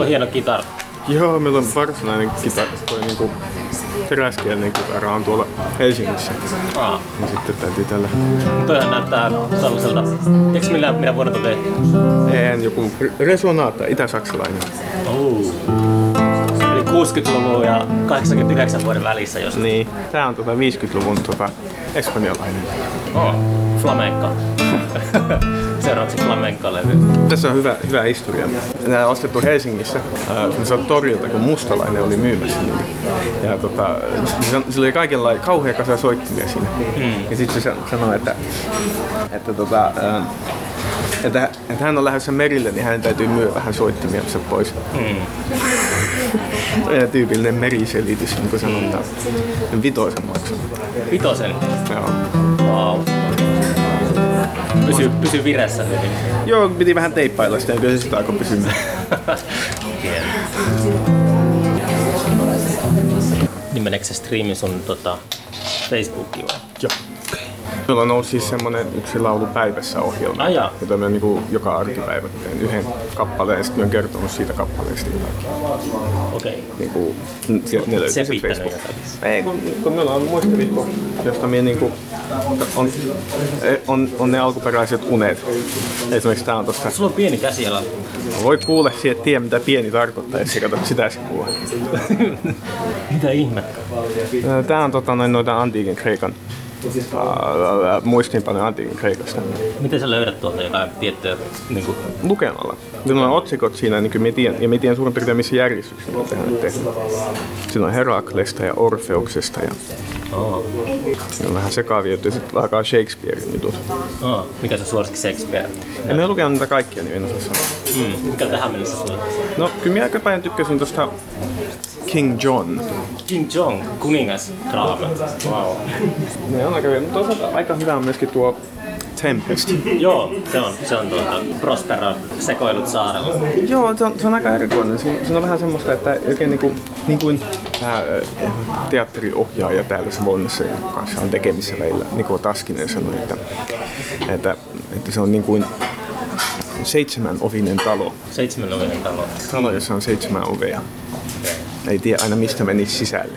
Sulla on hieno kitara. Joo, meillä on varsinainen kitara, toi niinku teräskielinen kitara on tuolla Helsingissä. Ja sitten täytyy tällä... Toihan näyttää sellaiselta... Tiedätkö minä vuonna on tehty? En, joku Resonata, itä-saksalainen. Eli 60-luvun ja 89 vuoden välissä jos. Niin, tää on 50-luvun espanjalainen. Flamenco. Seuraavaksi flamenco-levy. Tässä on hyvä historia. Nämä on ostettu Helsingissä torilta, kun Mustalainen oli myymässä niitä. Ja sillä oli kaikenlainen kauhea kasa soittimia siinä. Ja sitten se sanoi, että hän on lähdössä merille, niin hänen täytyy myydä vähän soittimia pois. Tämä tyypillinen meriselitys, niin kuin sanotaan. 5 maksaa. 5? Joo. Wow. Pysy vireessä hyvin. Joo, piti vähän teippailla sitä, kyllä se sitä alkoi pysymään. Niin meneekö se striimi sun Facebookiin vai? Joo. Meillä on ollut siis semmonen yksi laulu päivässä ohjelma, jota mä niinku joka arkipäivä teen yhden kappaleen ja sitten mä oon kertonut siitä kappaleesta jotakin. Okei. Niinku, ne löytyy se Facebook. Ei, kun meillä on muistiviikko, josta me niinku on ne alkuperäiset unet. Esimerkiksi tää on tosta... Sulla on pieni käsiala. Voi kuule siihen, että tiedä mitä pieni tarkoittaa, jos sä katsot sitä se kuva. Mitä ihmettä? Tää on noita antiikin Kreikan muistiinpanoja antiikin Kreikasta. Miten sä löydät tuolta jotain tiettyä? Niin kuin... Lukemalla. Siinä on otsikot siinä, niin ja mä tiedän suurin piirtein missä järjestyksessä on tehty. Siinä on Heraklesta ja Orfeuksesta ja siinä on vähän sekaavia, ja sitten alkaa Shakespearein jutut. Mikä se suosikki Shakespeare? En mä lukenut niitä kaikkia, niin en osaa sanoa. Mikä tähän mennessä sulla? No, kyllä mä aika paljon tykkäsin tosta King John. King John, kuningas draama. Wow. Ne on aika hyvä, mutta toisaalta aika hyvä on myöskin tuo Tempest. Joo, se on Prospero sekoilut saarella. Joo, se on aika erikoinen. Se on vähän semmoista, että oikein niin kuin teatteriohjaaja täällä Savonnassa kanssa on tekemissä meillä. Niko Taskinen sanoi, että se on niin kuin 7-ovinen talo. 7-ovinen talo. Talo, jossa on 7 ovea. Ei tiedä aina mistä menisi sisälle.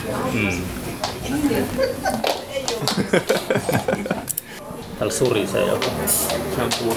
Täällä surisee joku. Se on tuo.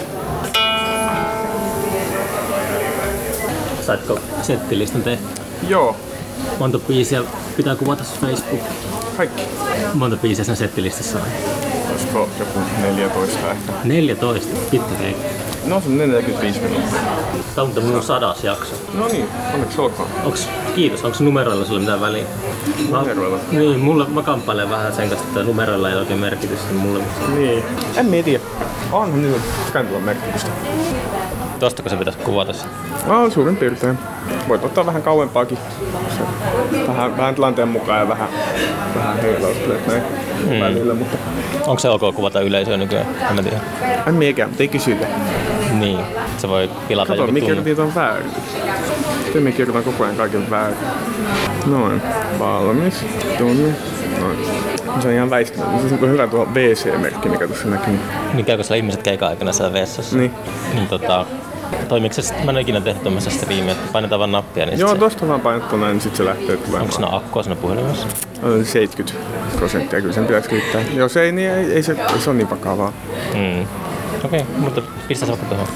Saitko settilistan tehty? Joo. Monta biisiä pitää kuvata sun Facebook? Kaikki. Monta biisiä sen settilistassa on? Olisiko joku 14 ehkä? 14? Pitkä keikka. No se on 45 minuuttia. Tämä on mun 100. jakso. No niin, onneksi olkoon. Kiitos. Onko numeroilla sulle mitään väliä? Numeroilla? Niin, mä kamppailen vähän sen kanssa, että numeroilla ei oikein merkitystä mulle. Niin. En tiedä. Onhan niillä kaikilla merkitystä. Tostako se pitäisi kuvata? No, suurin piirtein. Voit ottaa vähän kauempaakin. Vähän tilanteen mukaan ja vähän heilauttelet näin välillä, mutta... Onko se ok kuvata yleisöä nykyään? En mä tiedä. En miekään, mutta ei kysytä. Niin, se voi pilata joku tunnin. Kato, mikä niitä on väärin. Sitten me kirjoitan koko ajan kaiken väärin. Noin, valmis, tunni. Noin. Se on ihan väistämättä. Se on hyvä tuo WC-merkki, mikä tuossa näkyy. Niin käykö siellä ihmiset keikan aikana siellä vessassa? Niin. Toimiiko se, mä en ole ikinä tehnyt tuommoista striimiä, että painetaan vaan nappia. Niin joo, tosta vaan painettu näin, niin sit se lähtee tulemaan. Onko siinä akkua siinä puhelimessa? 70%, kyllä sen pitäisi riittää. Jos ei, niin ei se on niin vakavaa. Okei, mutta pistä se vaikka tuohon.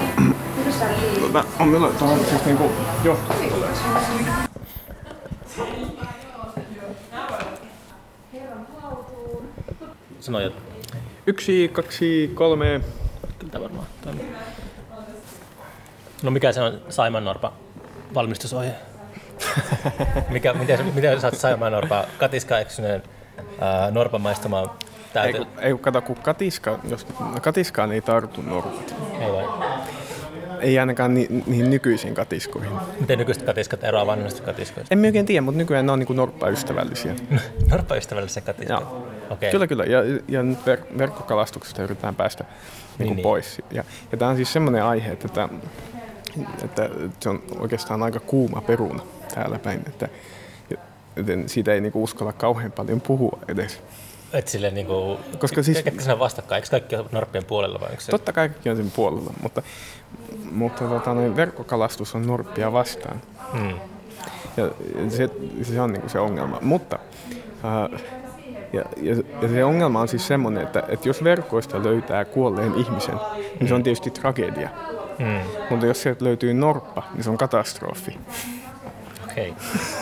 On meillä tuohon siis niinku johto. Sano jo. 1, 2, 3. Kyllä varmaan toimii. No mikä se on Saimaannorpan valmistusohje? Miten sä oot Saimaannorpan katiska eksyneen norpan maistamaan täyteen? Ei kato, kun katiskaan ei tartu norpat. Ei vai? Ei ainakaan niihin nykyisiin katiskoihin. Miten nykyiset katiskat eroavat vanhoista katiskoista? En oikein tiedä, mutta nykyään ne on niinku norppaystävällisiä. Norppaystävällisiä katiskat? Okay. Kyllä. Ja nyt verkkokalastuksesta yritetään päästä pois. Ja tämä on siis semmoinen aihe, että se on oikeastaan aika kuuma peruna täällä päin. Että siitä ei niinku uskalla kauhean paljon puhua edes. Et silleen niinku, Koska siis, ketkä siinä vastakkain? Eikö kaikki ole norppien puolella vai onko se? totta kai kaikki on sen puolella, mutta verkkokalastus on norppia vastaan. Ja se on niinku se ongelma. Mutta ja se ongelma on siis semmoinen, että jos verkoista löytää kuolleen ihmisen, niin se on tietysti tragedia. Mutta jos sieltä löytyy norppa, niin se on katastrofi. Okei.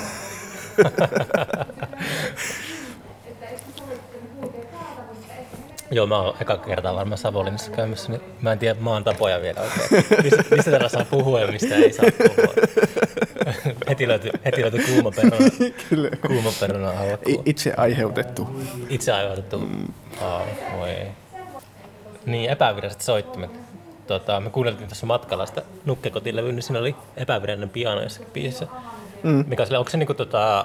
Joo, mä oon eka kertaa varmaan Savonlinnassa käymässä, niin mä en tiedä maan tapoja vielä oikein. Mistä täällä saa puhua ja mistä ei saa puhua. Heti löytyi kuuma peruna alkuun. Itse aiheutettu. Itse aiheutettu. Voi. Niin, epäviralliset soittimet. Me kuunneltiin tuossa matkalla sitä Nukkekotin-levyä, niin siinä oli epävirallinen piano jossakin biisissä. Mikä sille, onko se niinku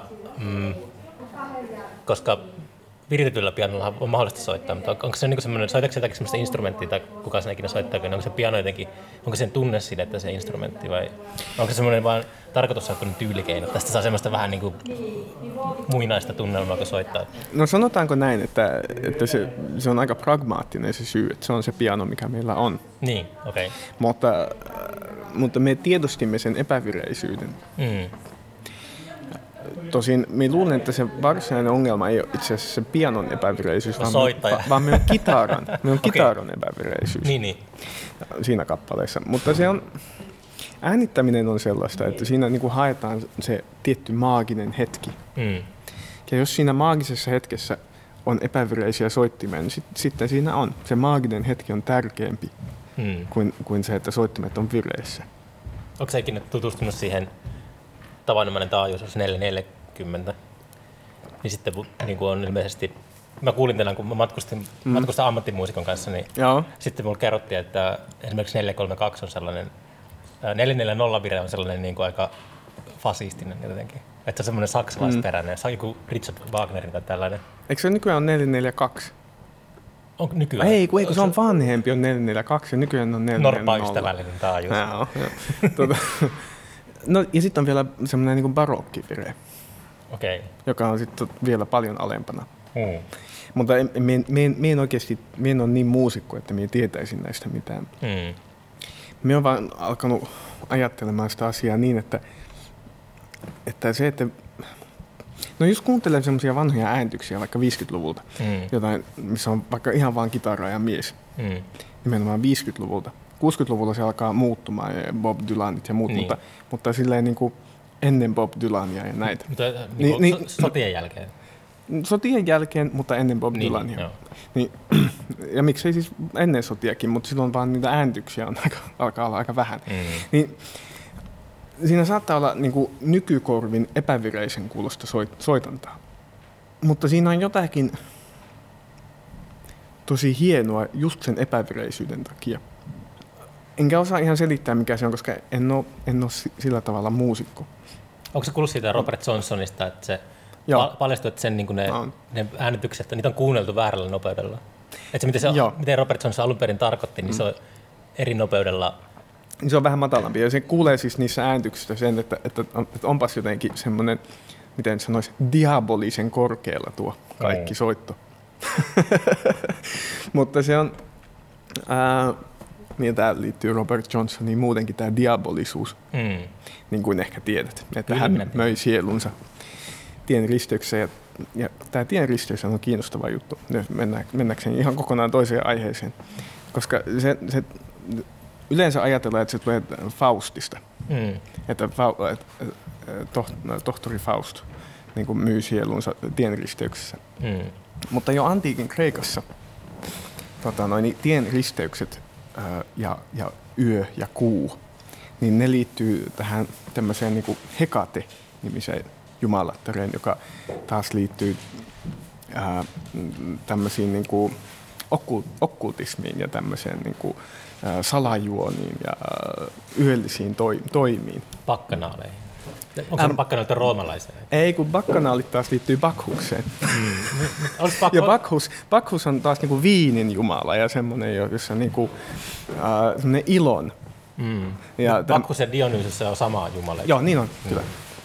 koska viritetyllä pianolla on mahdollista soittaa, mutta onko se niinku semmoinen, soitaako se jotakin semmoista instrumenttia tai kuka sen ikinä soittaa, onko se piano jotenkin, onko sen tunne sille, että se instrumentti vai onko se semmoinen vaan tarkoitushakuinen tyylikeino, tästä saa semmoista vähän niinku muinaista tunnelmaa, kun soittaa? No sanotaanko näin, että se on aika pragmaattinen se syy, että se on se piano, mikä meillä on. Niin, okei. Mutta me tiedostimme sen epävireisyyden. Tosin me luulen, että se varsinainen ongelma ei ole itse asiassa se pianon epävireisyys, vaan meidän kitaran epävireisyys siinä kappaleessa. Mutta se on, äänittäminen on sellaista, että siinä niin kuin haetaan se tietty maaginen hetki. Ja jos siinä maagisessa hetkessä on epävireisiä soittimia, niin sitten siinä on. Se maaginen hetki on tärkeämpi kuin se, että soittimet on vireissä. Onko sä ikinä tutustunut siihen tavanomainen taajuus 440, niin sitten niin on ilmeisesti, mä kuulin tänään, kun mä matkustin ammattimuusikon kanssa, niin sitten mulle kerrottiin, että esimerkiksi 432 on sellainen, 440 vire on sellainen niin kuin aika fasistinen jotenkin. Että se on semmoinen saksalaisperäinen, se on joku Richard Wagnerin tai tällainen. Eikö se nykyään ole 442? Onko nykyään? Ei, kun se on vanhempi, on 442 ja nykyään on 440. Norppa-ystävällinen taajuus. No ja sitten on vielä semmoinen niin barokkivire, joka on sitten vielä paljon alempana. Mutta me en ole niin muusikko, että me tietäisin näistä mitään. Me on vaan alkanut ajattelemaan sitä asiaa niin, että se, että no jos kuuntelen semmoisia vanhoja äänityksiä vaikka 50-luvulta, jotain, missä on vaikka ihan vaan kitara ja mies, nimenomaan 50-luvulta. 60-luvulla se alkaa muuttumaan, ja Bob Dylanit ja muut, mutta silleen niin kuin ennen Bob Dylania ja näitä. Sotien jälkeen? Sotien jälkeen, mutta ennen Bob Dylania. Ja miksei siis ennen sotiakin, mutta silloin vaan niitä äänityksiä alkaa olla aika vähän. Niin, siinä saattaa olla niin kuin nykykorvin epävireisen kuulosta soitantaa. Mutta siinä on jotakin tosi hienoa just sen epävireisyyden takia. Enkä osaa ihan selittää, mikä se on, koska en ole sillä tavalla muusikko. Onko se kuullut siitä Robert Johnsonista, että se paljastui, että sen, niin ne äänitykset, niitä on kuunneltu väärällä nopeudella? Että se, miten Robert Johnson alun perin tarkoitti, niin se on eri nopeudella. Se on vähän matalampi, ja se kuulee siis niissä äänityksissä sen, että onpas jotenkin semmoinen, miten sanoisi, diabolisen korkealla tuo kaikki soitto. Mutta se on... Niin tämä liittyy Robert Johnsoniin muutenkin, tämä diabolisuus, niin kuin ehkä tiedät, että hän möi sielunsa tien risteyksessä. Ja tämä tien risteys on kiinnostava juttu, mennäkseni ihan kokonaan toiseen aiheeseen, koska se yleensä ajatellaan, että se tulee Faustista, että tohtori Faust niin kuin myy sielunsa tien risteyksessä. Mutta jo antiikin Kreikassa tien risteykset ja yö ja kuu, niin ne liittyy tähän tämmöiseen niin kuin Hekate-nimiseen jumalattareen, joka taas liittyy tämmöisiin niin kuin okkultismiin ja tämmöiseen niin kuin salajuoniin ja yöllisiin toimiin. Bakkanaaleihin. Onko se bakkanaalit roomalaisia? Ei, kun bakkanaalit taas liittyy Bakhukseen. Ja Bakhus on taas niinku viinin jumala ja semmoinen, jossa on niinku, semmoinen ilon. Bakhus ja Dionysus on sama jumala. Joo, niin on, kyllä.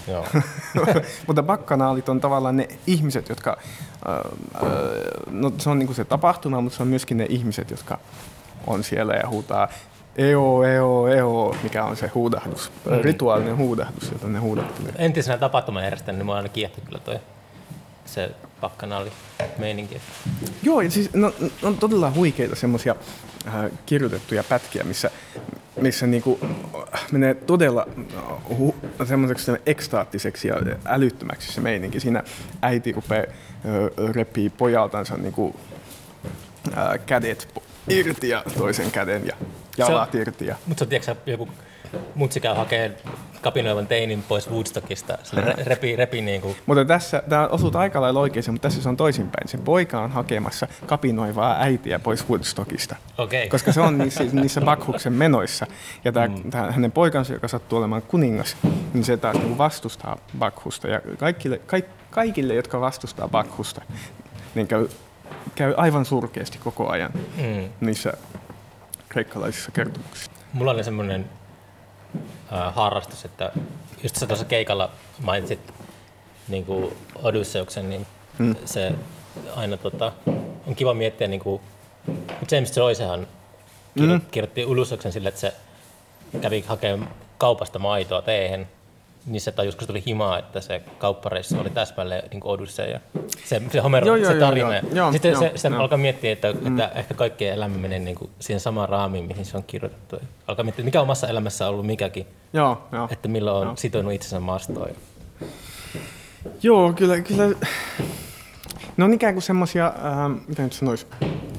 Joo. Mutta bakkanaalit on tavallaan ne ihmiset, jotka, no se on niinku se tapahtuma, mutta se on myöskin ne ihmiset, jotka on siellä ja huutaa eo, eo, eo, mikä on se huudahdus, rituaalinen huudahdus, jota ne huudattelee. Entisenä tapahtumajärjestäjänä niin mua aina kiehtoi kyllä se bakkanaali meininki. Joo, ja siis on todella huikeita semmoisia kirjoitettuja pätkiä, missä niinku menee todella semmoiseksi ekstaattiseksi ja älyttömäksi se meininki. Siinä äiti rupeaa repii pojaltansa niinku, kädet irti ja toisen käden ja jalat irti. Mutta se on joku mutsi käy hakee kapinoivan teinin pois Woodstockista. Se repii niinku. Mutta tämä osuu aika lailla oikein, mutta tässä se on toisinpäin. Se poika on hakemassa kapinoivaa äitiä pois Woodstockista. Okay. Koska se on niissä Bacchuksen menoissa. Ja tämä hänen poikansa, joka sattuu olemaan kuningas, niin se taas niin vastustaa Bacchusta. Ja kaikille, jotka vastustaa Bacchusta, niin käy aivan surkeasti koko ajan niissä kreikkalaisissa kertomuksissa. Mulla oli semmoinen harrastus, että just sä tuossa keikalla mainitsit niin kuin Odysseuksen, niin se aina on kiva miettiä, niin kuin James Joycehan kirjoitti Odysseuksen sille, että se kävi hakemaan kaupasta maitoa teehen, niin se tajus, kun se tuli himaa, että se kauppareissu oli täsmälleen niin kuin Odyssey ja se Homero, se tarina. Sitten se alkaa miettiä, että ehkä kaikkien elämä menee niin kuin siihen samaan raamiin, mihin se on kirjoitettu. Alkaa miettiä, mikä omassa elämässä on ollut mikäkin, että milloin on sitonut itsensä maastoon. Joo, kyllä. Ne on ikään kuin semmoisia, mitä nyt sanoisi,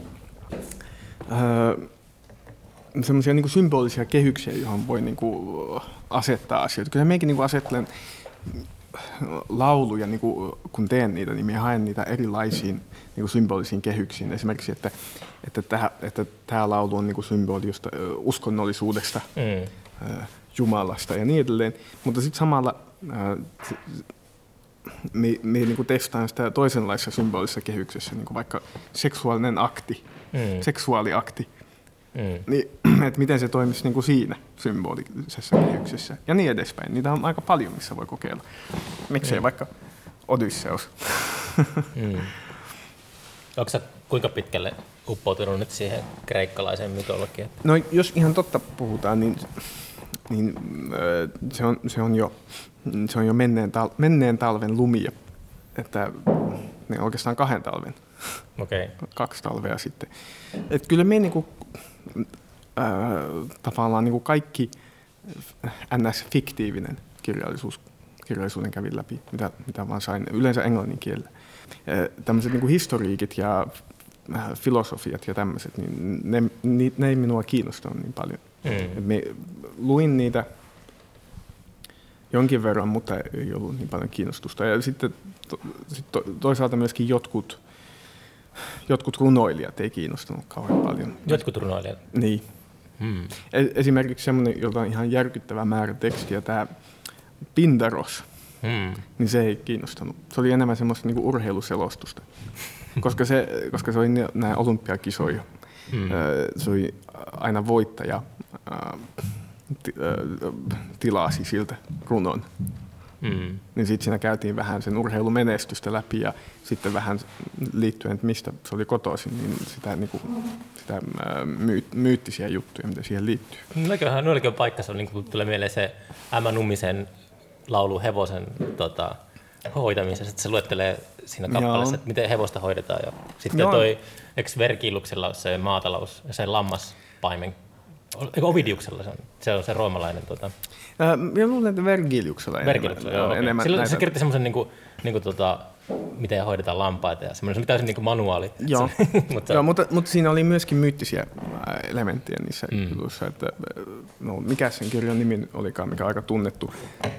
semmoisia niin kuin symbolisia kehyksiä, johon voi niin kuin asettaa asioita. Kyllä meikin niin kuin asettelen lauluja, niin kuin, kun teen niitä, niin minä haen niitä erilaisiin niin kuin symbolisiin kehyksiin. Esimerkiksi, että tämä laulu on niin kuin symboli josta, uskonnollisuudesta, Jumalasta ja niin edelleen. Mutta sitten samalla me niin kuin testaan sitä toisenlaisessa symbolisessa kehyksessä, niin kuin vaikka seksuaalinen akti, seksuaaliakti. Niin, että miten se toimisi niin kuin siinä symbolisessa kehyksessä ja niin edespäin. Niitä on aika paljon, missä voi kokeilla. Miksei vaikka Odysseus. Onko sä kuinka pitkälle uppoutunut nyt siihen kreikkalaiseen mytologiaan? No jos ihan totta puhutaan, niin se on jo menneen talven lumia. Että ne oikeastaan 2 talven. Okay. 2 talvea sitten. Et kyllä me niinku tavallaan niinku kaikki NS-fiktiivinen kirjallisuuden kävin läpi, mitä vaan sain, yleensä englannin kielellä. Tämmöiset niinku historiikit ja filosofiat ja tämmöiset, niin ne ei minua kiinnostanut niin paljon. Me luin niitä jonkin verran, mutta ei ollut niin paljon kiinnostusta. Ja sitten toisaalta myöskin jotkut runoilijat ei kiinnostanut kauhean paljon. Jotkut runoilijat? Niin. Esimerkiksi semmoinen, jolta on ihan järkyttävä määrä tekstiä, tämä Pindaros, niin se ei kiinnostanut. Se oli enemmän semmoista niinku urheiluselostusta, koska se oli nämä olympiakisoja. Se oli aina voittaja tilasi siltä runon. Niin sitten siinä käytiin vähän sen urheilumenestystä läpi ja sitten vähän liittyen, että mistä se oli kotoisin, niin sitä myyttisiä juttuja, mitä siihen liittyy. Noillekin on paikkansa, niin kuin tulee mieleen se Ämmä Nummisen laulu hevosen hoitamisessa, että se luettelee siinä kappaleessa, että miten hevosta hoidetaan. Ja sitten eikö Vergiliuksella se maatalous ja se lammaspaimen? Eikö Ovidiuksella se on se roomalainen? Minä luulen, että Vergiliuksella enemmän. Se kirjoitti semmoisen, miten hoidetaan lampaita ja semmoinen täysin niin kuin manuaali. Joo, mutta siinä oli myöskin myyttisiä elementtejä niissä jutuissa. Että, mikä sen kirjan nimi olikaan, mikä on aika tunnettu.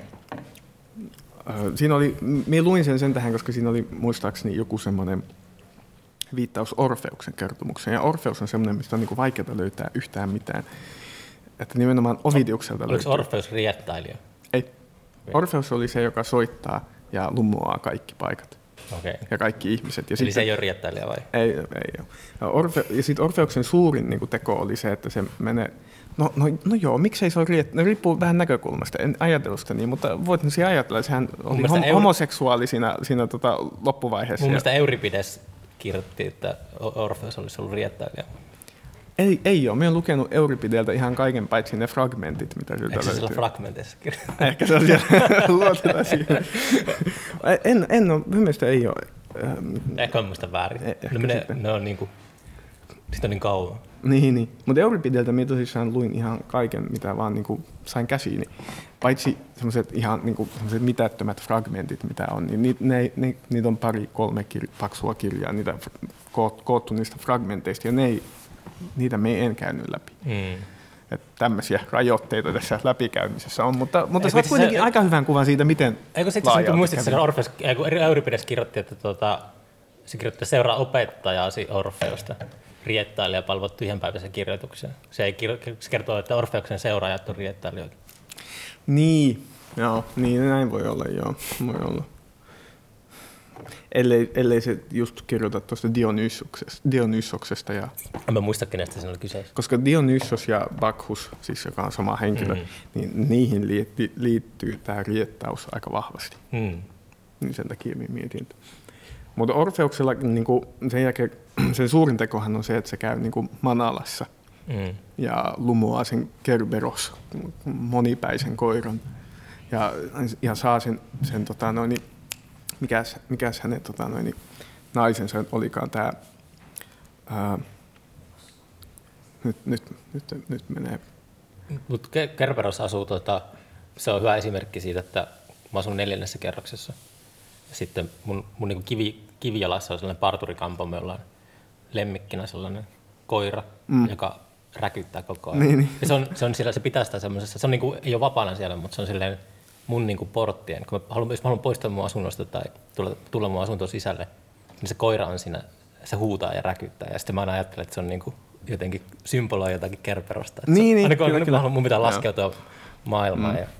Siinä oli, minä luin sen tähän, koska siinä oli muistaakseni joku semmoinen viittaus Orfeuksen kertomukseen. Ja Orfeus on semmoinen, mistä on niin kuin vaikeaa löytää yhtään mitään. Että nimenomaan Ovidiukselta löytyy. Oliko Orfeus riettailija? Ei. Orfeus oli se, joka soittaa ja lumoaa kaikki paikat. Okay. Ja kaikki ihmiset. Ja eli sitten, se ei ole riettailija vai? Ei ole. Ja sitten Orfeuksen suurin niin kuin teko oli se, että se No joo, miksei se ole no, riippuu vähän näkökulmasta, en ajatellut sitä niin, mutta voit ajatella, että sehän oli homoseksuaali siinä loppuvaiheessa. Mun mielestä Euripides kirjoitti, että Orfeus olisi ollut riettailija. Ei ole. Minä olen lukenut Euripideltä ihan kaiken paitsi ne fragmentit, mitä siltä löytyy. Eikö se siellä fragmenteissa kirjoittaa? Ehkä se on siellä luotetaan siihen. En ole, minun mielestä ei ole. Ehkä on muista väärin. Ne on niinku, sit on niin kauan. Niin. Mutta Euripideltä minä tosissaan luin ihan kaiken, mitä vaan niinku sain käsiini. Paitsi semmoiset ihan niinku semmoiset mitättömät fragmentit, mitä on, niin niitä on 2-3 paksua kirjaa, niitä koottu niistä fragmenteista, ja niitä me en käynyt läpi. Että tämmöisiä rajoitteita tässä läpikäymisessä on, mutta saat kuitenkin aika hyvän kuvan siitä, miten laajalti muistit, että Euripides kirjoitti, että se kirjoitti seuraa opettajasi Orfeusta, riettailija palvot tyhjänpäiväisen kirjoituksen. Se kertoo, että Orfeuksen seuraajat on riettailijoita. Niin, näin voi olla, joo. Voi olla. Ellei se just kirjoita tuosta Dionysoksesta. En muista, kenestä siinä oli kyseessä. Koska Dionysos ja Bacchus, siis joka on sama henkilö, niin niihin liittyy tämä riettaus aika vahvasti. Niin sen takia mietin. Mutta Orfeuksella niin sen jälkeen sen suurin tekohan on se, että se käy niin Manalassa ja lumoaa sen Kerberos, monipäisen koiran. Ja saa sen mikäs hänen naisensa olikaan tämä, nyt menee. Mutta Kerberos asuu, se on hyvä esimerkki siitä, että mä asun 4. kerroksessa. Ja sitten mun niin kivijalassa on sellainen parturikampo, me ollaan lemmikkinä sellainen koira, joka räkyttää koko ajan. Niin. Ja se on siellä, se pitää sitä semmoisessa, se on niin kuin, ei ole vapaana siellä, mutta se on silleen mun niin kuin porttien. Jos mä haluan poistaa mun asunnosta tai tulla mun asuntoon sisälle, niin se koira on siinä, se huutaa ja räkyttää. Ja sitten mä aina ajattelen, että se on niin kuin jotenkin symboloi jotakin Kerberosta. Niin, kyllä. Mun pitää laskeutua maailmaan. Ja...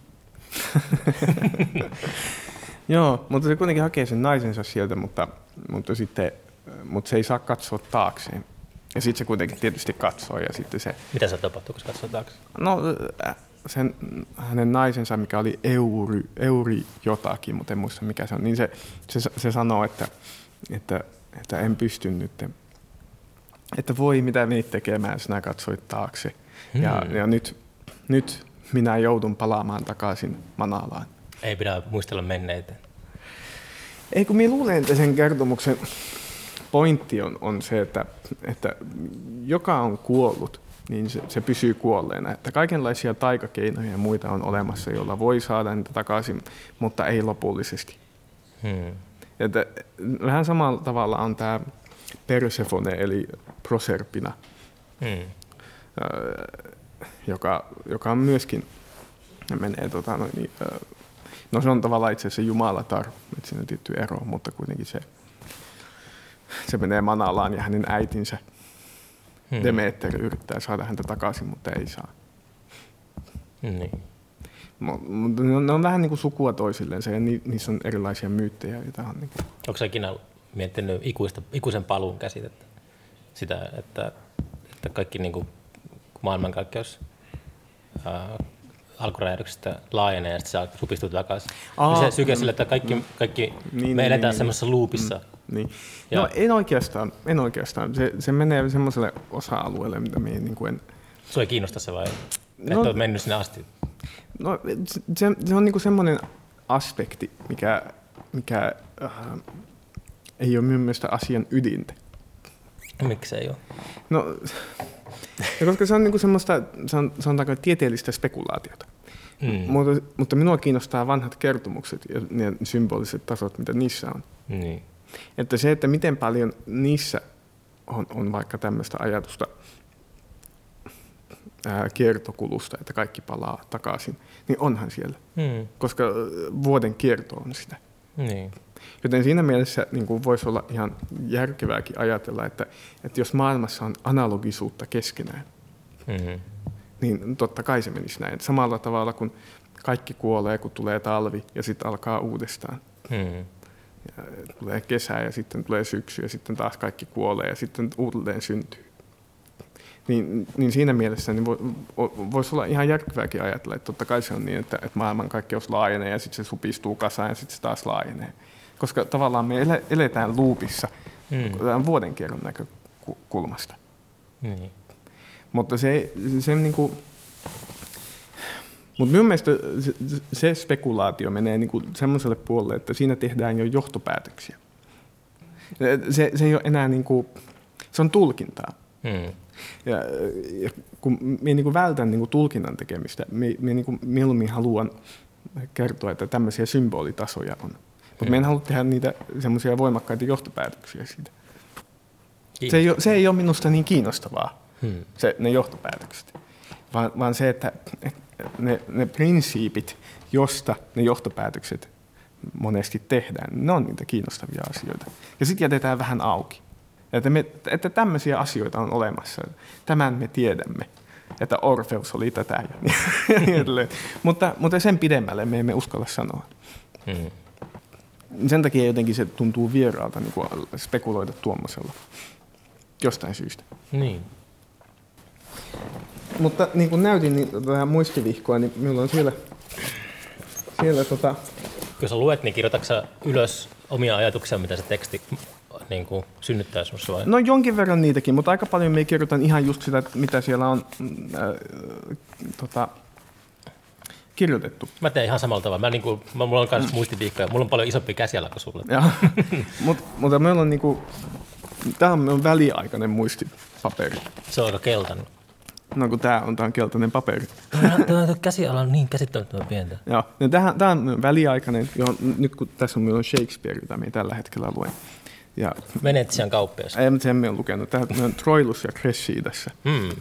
Joo, mutta se kuitenkin hakee sen naisensa sieltä, mutta se ei saa katsoa taakseen. Ja sitten se kuitenkin tietysti katsoo ja sitten se... Mitä se tapahtuu, kun se katsoo taakse? No, hänen naisensa, mikä oli Euri jotakin, mutta en muista mikä se on, niin se sanoo, että en pysty nyt, että voi mitä menit tekemään, sinä katsoit taakse. Ja nyt minä joudun palaamaan takaisin Manalaan. Ei pidä muistella menneitä. Ei, kun minä luulen, että sen kertomuksen pointti on se, että joka on kuollut, niin se pysyy kuolleena. Että kaikenlaisia taikakeinoja ja muita on olemassa, joilla voi saada niitä takaisin, mutta ei lopullisesti. Että vähän samalla tavalla on tämä Persefone, eli Proserpina, joka on myöskin, menee, no se on tavallaan itse asiassa jumalatar, että siinä on tietty ero, mutta kuitenkin se menee Manalaan ja hänen äitinsä Demeter yrittää saada häntä takaisin, mutta ei saa. Niin. Ne on vähän niin kuin sukua toisilleen ja niissä on erilaisia myyttejä. Joita on niin kuin... Onko sä ikinä miettinyt ikuisen paluun käsitettä? Sitä, että kaikki niin kuin maailmankaikkeus alkuräjähdyksestä laajenee ja sitten se supistuu takaisin. Se syke sille, että kaikki me eletään semmoisessa loopissa. Niin. No en oikeastaan. Se menee semmoiselle osa-alueelle, mitä minä niin kuin en... Sua ei kiinnosta se vai? Että olet mennyt sinne asti? No se on niin kuin semmoinen aspekti, mikä ei ole minun mielestä asian ydintä. Miksi ei ole? No, koska se on niin kuin semmoista, sanotaanko tieteellistä spekulaatiota. Mutta minua kiinnostaa vanhat kertomukset ja ne symboliset tasot, mitä niissä on. Niin. Että se, että miten paljon niissä on vaikka tämmöistä ajatusta kiertokulusta, että kaikki palaa takaisin, niin onhan siellä. Koska vuoden kierto on sitä. Niin. Joten siinä mielessä niin kuin voisi olla ihan järkevääkin ajatella, että jos maailmassa on analogisuutta keskenään, niin totta kai se menisi näin. Samalla tavalla kuin kaikki kuolee, kun tulee talvi ja sitten alkaa uudestaan. Ja tulee kesä ja sitten tulee syksy ja sitten taas kaikki kuolee ja sitten uudelleen syntyy. niin siinä mielessä niin voisi olla ihan järkevääkin ajatella, että totta kai se on niin, että maailmankaikkeus laajenee ja sitten se supistuu kasaan ja sitten se taas laajenee. Koska tavallaan me eletään loopissa vuodenkierron näkökulmasta. Mutta se niin kuin, mutta minun mielestä se spekulaatio menee niin kuin semmoiselle puolelle, että siinä tehdään jo johtopäätöksiä. Se ei ole enää, niin kuin, se on tulkintaa. Ja kun minä niin kuin vältän niin kuin tulkinnan tekemistä, minä niin kuin mieluummin haluan kertoa, että tämmöisiä symbolitasoja on. Mutta minä en halua tehdä niitä semmoisia voimakkaita johtopäätöksiä siitä. Se ei ole minusta niin kiinnostavaa, ne johtopäätökset. Vaan se, että ne prinsiipit, josta ne johtopäätökset monesti tehdään, ne on niitä kiinnostavia asioita. Ja sitten jätetään vähän auki. Että tämmöisiä asioita on olemassa. Tämän me tiedämme, että Orfeus oli tätä ja niin edelleen. Mutta sen pidemmälle me emme uskalla sanoa. Sen takia jotenkin se tuntuu vieraalta niin kuin spekuloida tuommoisella jostain syystä. Niin. Mutta niin kuin näytin niin, tähän muistivihkoa, niin minulla on siellä Kun sä luet, niin kirjoitatko sä ylös omia ajatuksia, mitä se teksti niin kuin synnyttää sinussa vai? No jonkin verran niitäkin, mutta aika paljon me kirjoitan ihan just sitä, mitä siellä on kirjoitettu. Mä teen ihan samalla tavalla. Mulla on myös muistiviikkoja. Mulla on paljon isompi käsiala kuin sulle. Mutta meillä on niinku, tämä on väliaikainen muistipaperi. Se on aika keltainen. No kun tämä on keltainen paperi. Tämä käsiala on niin käsittämättömän pientä. Joo, no tämä on väliaikainen, johon, nyt kun tässä on meillä on Shakespeare, jota me tällä hetkellä luen. Ja Venetsian kauppias. Ei, mutta sen me on lukenut. Tämä on Troilus ja Cressida tässä.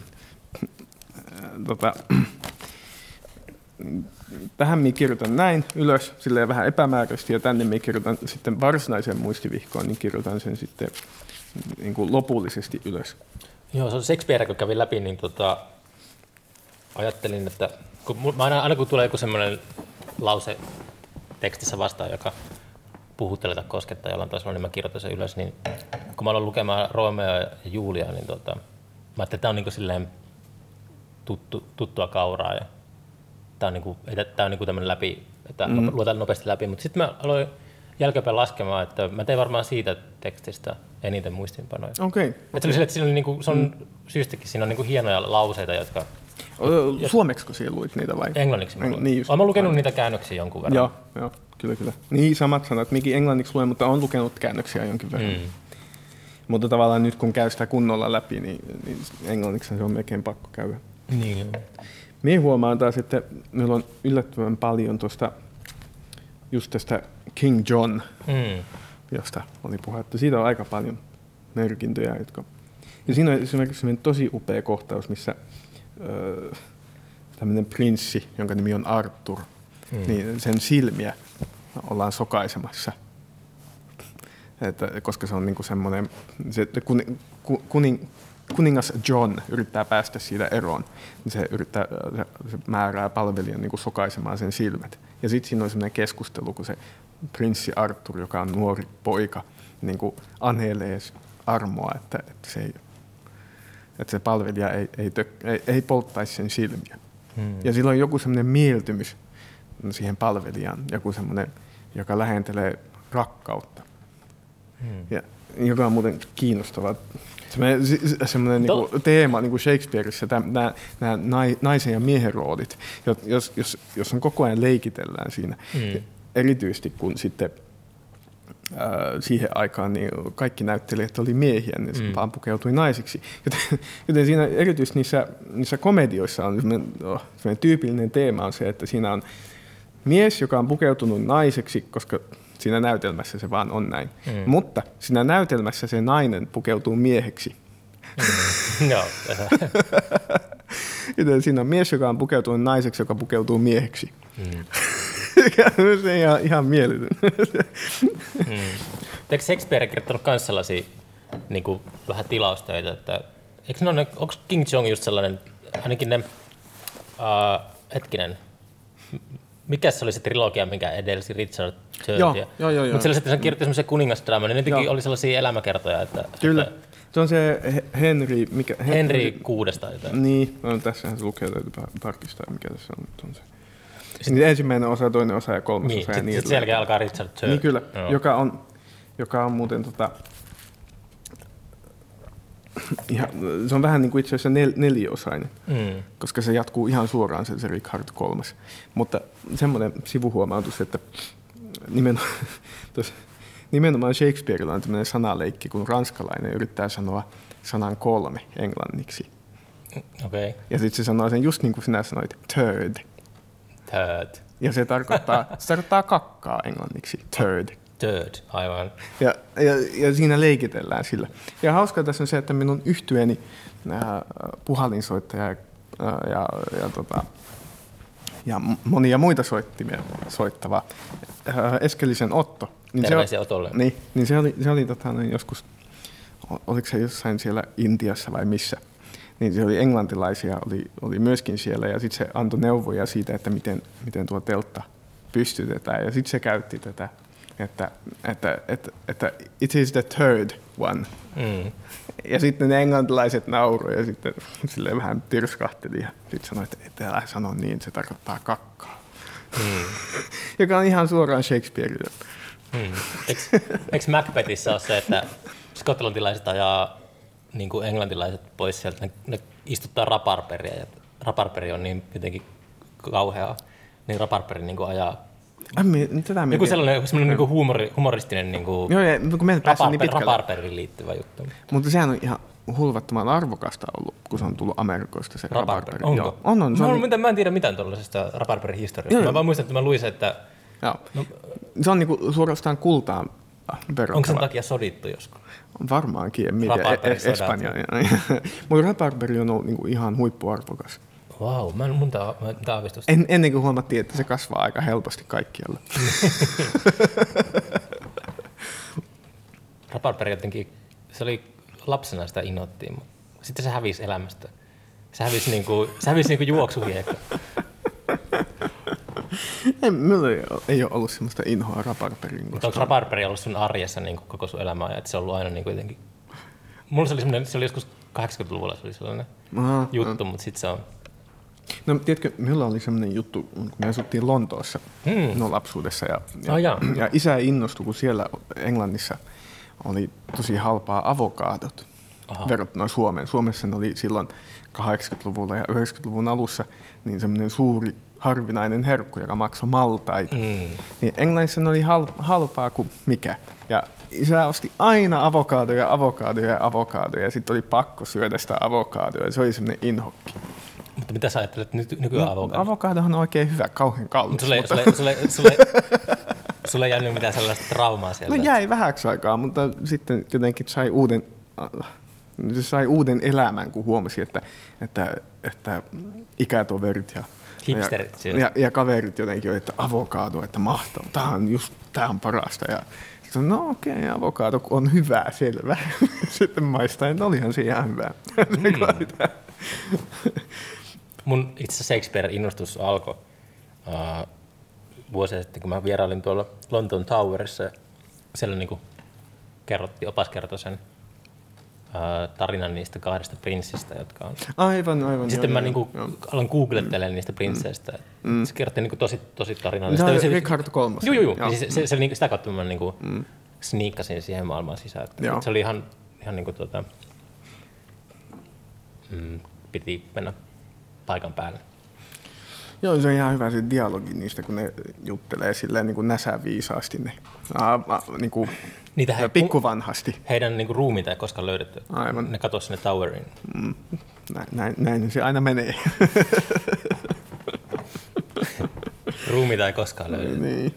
Tähän minä kirjoitan näin ylös, silleen vähän epämääräisesti, ja tänne minä kirjoitan sitten varsinaisen muistivihkoon, niin kirjoitan sen sitten niin kuin lopullisesti ylös. Joo, se on Shakespeare, kun kävin läpi, niin ajattelin, että aina kun tulee joku semmoinen lause tekstissä vastaan, joka puhuttelee tai koskettaa jollain tasolla, niin mä kirjoitan sen ylös. Niin, kun mä aloin lukemaan Romeo ja Julia, niin mä ajattelin, että tämä on niin kuin silleen tuttua kauraa. Ja tämä on, niin kuin tämmöinen läpi, että luetaan nopeasti läpi. Mutta sitten mä aloin jälkeenpäin laskemaan, että mä tein varmaan siitä tekstistä eniten muistiinpanoja. Okei. Että siinä on, niin kuin, se on syystäkin, siinä on niin kuin hienoja lauseita, jotka... Suomeksi sinä luit niitä vai? Englanniksi. Niin olen lukenut niitä käännöksiä jonkun verran. Joo, kyllä. Niin samat sanat, mikin englanniksi luen, mutta olen lukenut käännöksiä jonkin verran. Mutta tavallaan nyt kun käy sitä kunnolla läpi, niin englanniksi se on melkein pakko käydä. Niin. Minä huomaan taas, että meillä on yllättävän paljon just tästä King John, josta oli puhetta. Siitä on aika paljon merkintöjä. Ja siinä on esimerkiksi tosi upea kohtaus, missä tämmöinen prinssi, jonka nimi on Arthur, niin sen silmiä ollaan sokaisemassa. Koska se on niinku semmoinen, kuningas John yrittää päästä siitä eroon, niin se määrää palvelijan niinku sokaisemaan sen silmät. Ja sitten siinä on semmoinen keskustelu, kun se prinssi Arthur, joka on nuori poika, niinku anelee armoa, että se palvelija ei polttaisi sen silmiä. Ja sillä on joku semmoinen mieltymys siihen palvelijaan, joku semmoinen, joka lähentelee rakkautta. Ja joka on muuten kiinnostava. Semmoinen niinku teema niinku Shakespeareissa, nämä naisen ja miehen roolit, jos on koko ajan leikitellään siinä. Erityisesti kun sitten siihen aikaan niin kaikki näyttelijät oli miehiä, niin vaan pukeutui naisiksi. Joten siinä erityisesti niissä komedioissa on sellainen tyypillinen teema on se, että siinä on mies, joka on pukeutunut naiseksi, koska siinä näytelmässä se vaan on näin. Mutta siinä näytelmässä se nainen pukeutuu mieheksi. Joten siinä on mies, joka on pukeutunut naiseksi, joka pukeutuu mieheksi. Se on ihan mieletön. Eikö Shakespeare kirjoittanut myös sellaisia niin kuin vähän tilaustöitä? Onko King John just sellainen, ainakin ne, mikä se oli se trilogia, mikä edelsi Richard Churchia? Joo. Mutta sellaiset, että hän kirjoitti semmoisia kuningasdraamaa, niin ne oli sellaisia elämäkertoja. Kyllä. Se on se Henry, mikä... Henry 6 tai jotain. Niin, no, tässähän se lukee, täytyy tarkistaa, mikä tässä on se. Niin ensimmäinen osa, toinen osa ja kolmas Niin, osa. Ja sitten sen jälkeen alkaa Richard Third. Niin kyllä, joka on muuten se on vähän niin kuin itse asiassa neliosainen, koska se jatkuu ihan suoraan se Richard 3. Mutta semmoinen sivuhuomautus, että nimenomaan Shakespearella on tämmöinen sanaleikki, kun ranskalainen yrittää sanoa sanan 3 englanniksi. Okay. Ja sitten se sanoo sen just niin kuin sinä sanoit, third. Third. Ja se tarkoittaa kakkaa englanniksi, third. Third, aivan. Ja siinä leikitellään sillä. Ja hauskaa tässä on se, että minun yhtyeeni puhallinsoittaja ja monia muita soittimia soittava Eskelisen Otto. Niin terveisiä Otolle. Niin se oli joskus, oliko se jossain siellä Intiassa vai missä, niin se oli englantilaisia, oli myöskin siellä ja sitten se antoi neuvoja siitä, että miten tuo teltta pystytetään ja sitten se käytti tätä, että it is the third one. Ja sitten ne englantilaiset nauroivat ja sitten silleen vähän tyrskahteli ja sitten sanoi, että älä sano niin, se tarkoittaa kakkaa. Joka on ihan suoraan Shakespeareille. Eikö Macbethissä ole se, että skotlantilaiset ajaa niin kuin englantilaiset pois sieltä, ne istuttaa raparperia ja raparperi on niin jotenkin kauheaa, niin raparperi niin kuin ajaa. Joku sellainen niin kuin humoristinen niin kuin raparperiin liittyvä juttu. Mutta sehän on ihan hulvattoman arvokasta ollut, kun se on tullut Amerikoista se raparperi. Onko? On. Mä en tiedä mitään tuollaisesta raparperin historiasta. Mä vaan muistan, että mä luin sen, että... No, se on niinku suorastaan kultaan verrattava. Onko sen takia sodittu joskus? Varmaankin, en tiedä, Espanja. Mutta raparperi on ollut niinku ihan huippuarvokas. Vau, mä en monta aavistusta. Ennen kuin huomattiin, että se kasvaa aika helposti kaikkialla. Raparperi jotenkin, se oli lapsena sitä innoittiin, mutta sitten se hävisi elämästä. Se hävisi niinku juoksuhiekka. Minulla ei ole ollut semmoista inhoa raparperin. Mutta onko raparperi ollut sun arjessa niin koko sun elämää, että se on ollut aina niin jotenkin... Mulla se oli joskus 80-luvulla se oli sellainen juttu, mutta sitten se on... No tiedätkö, minulla oli semmoinen juttu, kun me asuttiin Lontoossa lapsuudessa ja isä innostui, kun siellä Englannissa oli tosi halpaa avokaadot verrattuna Suomeen. Suomessa ne oli silloin 80-luvulla ja 90-luvun alussa niin semmoinen suuri harvinainen herkku, joka maksoi maltaita. Niin Englannissa ne oli halpaa kuin mikä. Ja isä osti aina avokaadoja ja sitten oli pakko syödä sitä avokaadoa ja se oli semmoinen inhokki. Mutta mitä sä ajattelet nykyään avokaadosta? Avokaadohan on oikein hyvä, kauhean kallis. Sulle ei jäänyt mitään sellaista traumaa sieltä? No jäi vähäksi aikaa, mutta sitten jotenkin sai uuden elämän, kun huomasi, että ikätoverit ja kaverit jotenkin, että avokaado, että mahtavaa, tämä on parasta. Ja sitten no okei, avokaado on hyvää, selvä. Sitten maistaa, että olihan se ihan hyvää. Mun itse asiassa Shakespeare-innostus alkoi vuosia sitten, kun mä vierailin tuolla Lontoon Towerissa. Ja siellä niin kuin opas kertoi sen tarinan niistä 2 prinssistä, jotka on... Aivan. Sitten mä niinku aloin googlettelemaan niistä prinsseistä. Se kertoi niinku tosi tarinan. Se Richard 3. Joo. Se sitä kautta mä niinku sniikkasin siihen maailmaan sisään. Se oli ihan niinku piti mennä paikan päälle. Joo, se on ihan hyvä se dialogi niistä, kun ne juttelee silleen niin kuin näsäviisaasti ne, niin kuin pikkuvanhasti. Heidän niin kuin ruumiita ei koskaan löydetty. Aivan. Ne katosi sinne toweriin. Näin se aina menee. Ruumiita ei koskaan löydetty. Niin.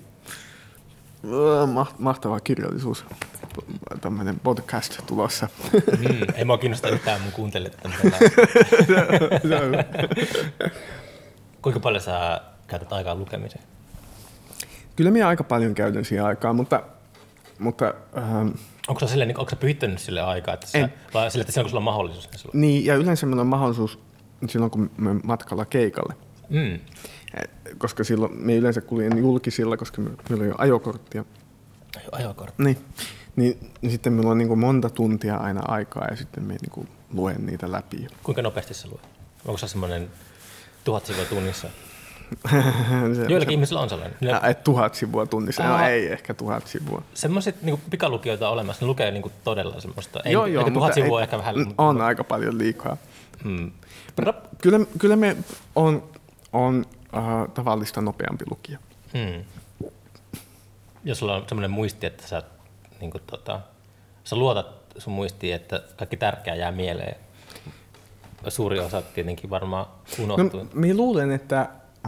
Mahtava kirjallisuus. Tämmöinen podcast tulossa. Ei mua kiinnosta yhtään mun kuuntelijat. Kuinka paljon sä käytät aikaa lukemiseen? Kyllä minä aika paljon käytän siihen aikaa, mutta onko sä pyhittänyt sille aikaa, että vai sille, että silloin kun sulla on mahdollisuus? Niin, ja yleensä minulla on mahdollisuus silloin, kun me matkalla keikalle. Koska silloin me yleensä kuljen julkisilla, koska meillä ei ole ajokorttia. Ajokortti? niin sitten minulla on niin kuin monta tuntia aina aikaa ja sitten me niin kuin luen niitä läpi. Kuinka nopeasti sä luet? Onko se semmoinen 1000 sivua tunnissa? Joillakin ihmisillä on sellainen. 1000 sivua tunnissa, no ei ehkä 1000 sivua. Semmoiset niin pikalukijoita on olemassa, ne lukee niin kuin todella semmoista. Joo, eikä 1000 sivua ei, ehkä vähän. On aika paljon liikaa. Hmm. Kyllä me on tavallista nopeampi lukija. Jos sulla on semmoinen muisti, että sä, niin kuin, sä luotat sun muistiin, että kaikki tärkeää jää mieleen. Suuri osa tietenkin varmaan unohtuu. No, minä luulen, että